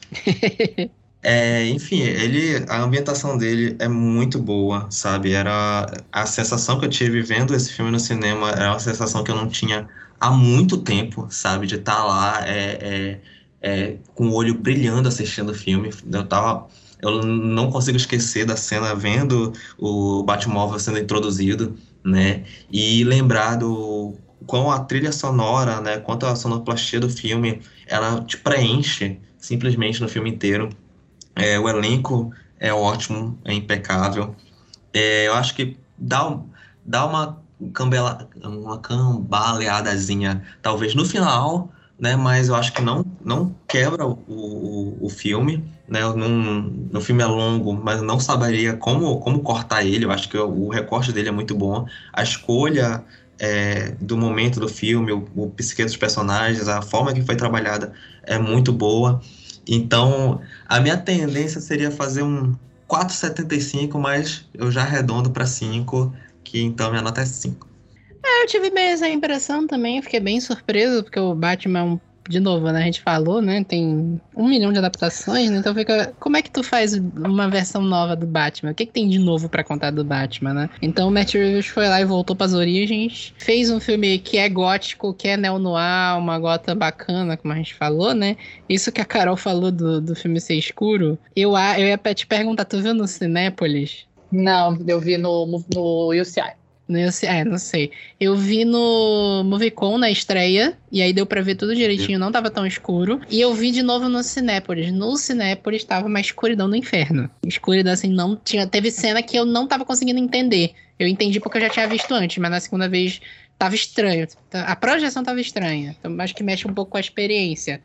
É, enfim, ele, a ambientação dele é muito boa, sabe? Era a sensação que eu tive vendo esse filme no cinema, era uma sensação que eu não tinha há muito tempo, sabe? De estar lá é, é, é, com o olho brilhando assistindo o filme. Eu tava, eu não consigo esquecer da cena vendo o Batmóvel sendo introduzido, né? E lembrar do quão a trilha sonora, né? Quanto a sonoplastia do filme, ela te preenche simplesmente no filme inteiro. É, o elenco é ótimo, é impecável. É, eu acho que dá, dá uma, cambela, uma cambaleadazinha, talvez no final, né? Mas eu acho que não, não quebra o, o, o filme. Né? Não, o filme é longo, mas eu não saberia como, como cortar ele. Eu acho que o, o recorte dele é muito bom. A escolha é, do momento do filme, o, o psique dos personagens, a forma que foi trabalhada é muito boa. Então, a minha tendência seria fazer um quatro vírgula setenta e cinco, mas eu já arredondo para cinco, que então minha nota é cinco.
É, eu tive bem essa impressão também, fiquei bem surpreso, porque o Batman é um, de novo, né, a gente falou, né, tem um milhão de adaptações, né, então fica, como é que tu faz uma versão nova do Batman? O que que tem de novo pra contar do Batman, né? Então o Matt Reeves foi lá e voltou pras origens, fez um filme que é gótico, que é neo-noir, uma gota bacana, como a gente falou, né? Isso que a Carol falou do, do filme ser escuro, eu, eu ia te perguntar, tu viu no Cinépolis?
Não, eu vi no, no U C I.
Eu sei, é, não sei. Eu vi no Movicon na estreia, e aí deu pra ver tudo direitinho, não tava tão escuro. E eu vi de novo no Cinépolis. No Cinépolis tava uma escuridão do inferno. Escuridão, assim, não tinha... Teve cena que eu não tava conseguindo entender. Eu entendi porque eu já tinha visto antes, mas na segunda vez tava estranho. A projeção tava estranha. Então acho que mexe um pouco com a experiência.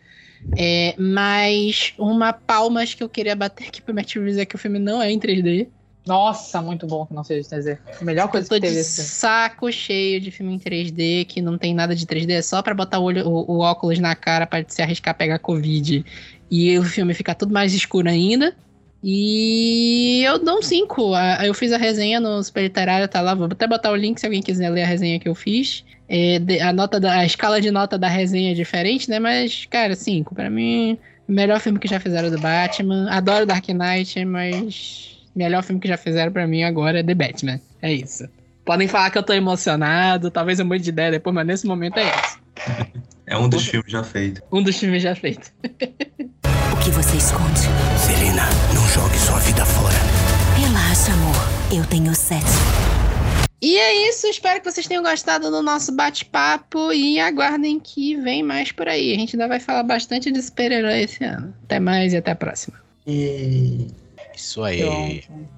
É, mas uma palmas que eu queria bater aqui pro Matt Reeves é que o filme não é em três D.
Nossa, muito bom que não seja três D. A melhor coisa
eu tô
que teve
de
esse.
saco cheio de filme em três D, que não tem nada de três D, é só pra botar o, olho, o, o óculos na cara pra se arriscar a pegar Covid. E o filme fica tudo mais escuro ainda. E eu dou um cinco. Eu fiz a resenha no Super Literário, tá lá. Vou até botar o link se alguém quiser ler a resenha que eu fiz. É, a, nota da, a escala de nota da resenha é diferente, né? Mas, cara, cinco. Pra mim, o melhor filme que já fizeram do Batman. Adoro Dark Knight, mas... melhor filme que já fizeram pra mim agora é The Batman. É isso. Podem falar que eu tô emocionado, talvez eu mude de ideia depois, mas nesse momento é isso.
É um dos filmes já feitos.
Um dos filmes já feitos.
O que você esconde?
Selina, não jogue sua vida fora.
Relaxa, amor. Eu tenho sete.
E é isso, espero que vocês tenham gostado do nosso bate-papo e aguardem que vem mais por aí. A gente ainda vai falar bastante de super-herói esse ano. Até mais e até a próxima.
E...
Isso aí.
Pronto.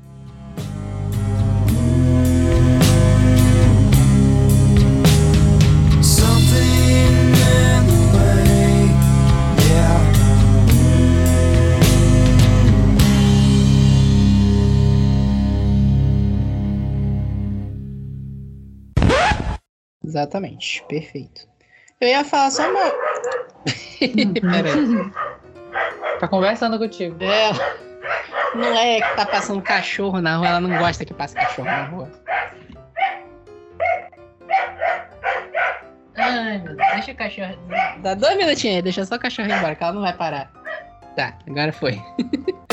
Exatamente, perfeito. Eu ia falar só uma... Pera aí.
Tá conversando contigo.
É, não é que tá passando cachorro na rua, ela não gosta que passe cachorro na rua. Ai, meu Deus, deixa o cachorro... Dá dois minutinhos aí, deixa só o cachorro ir embora, que ela não vai parar. Tá, agora foi.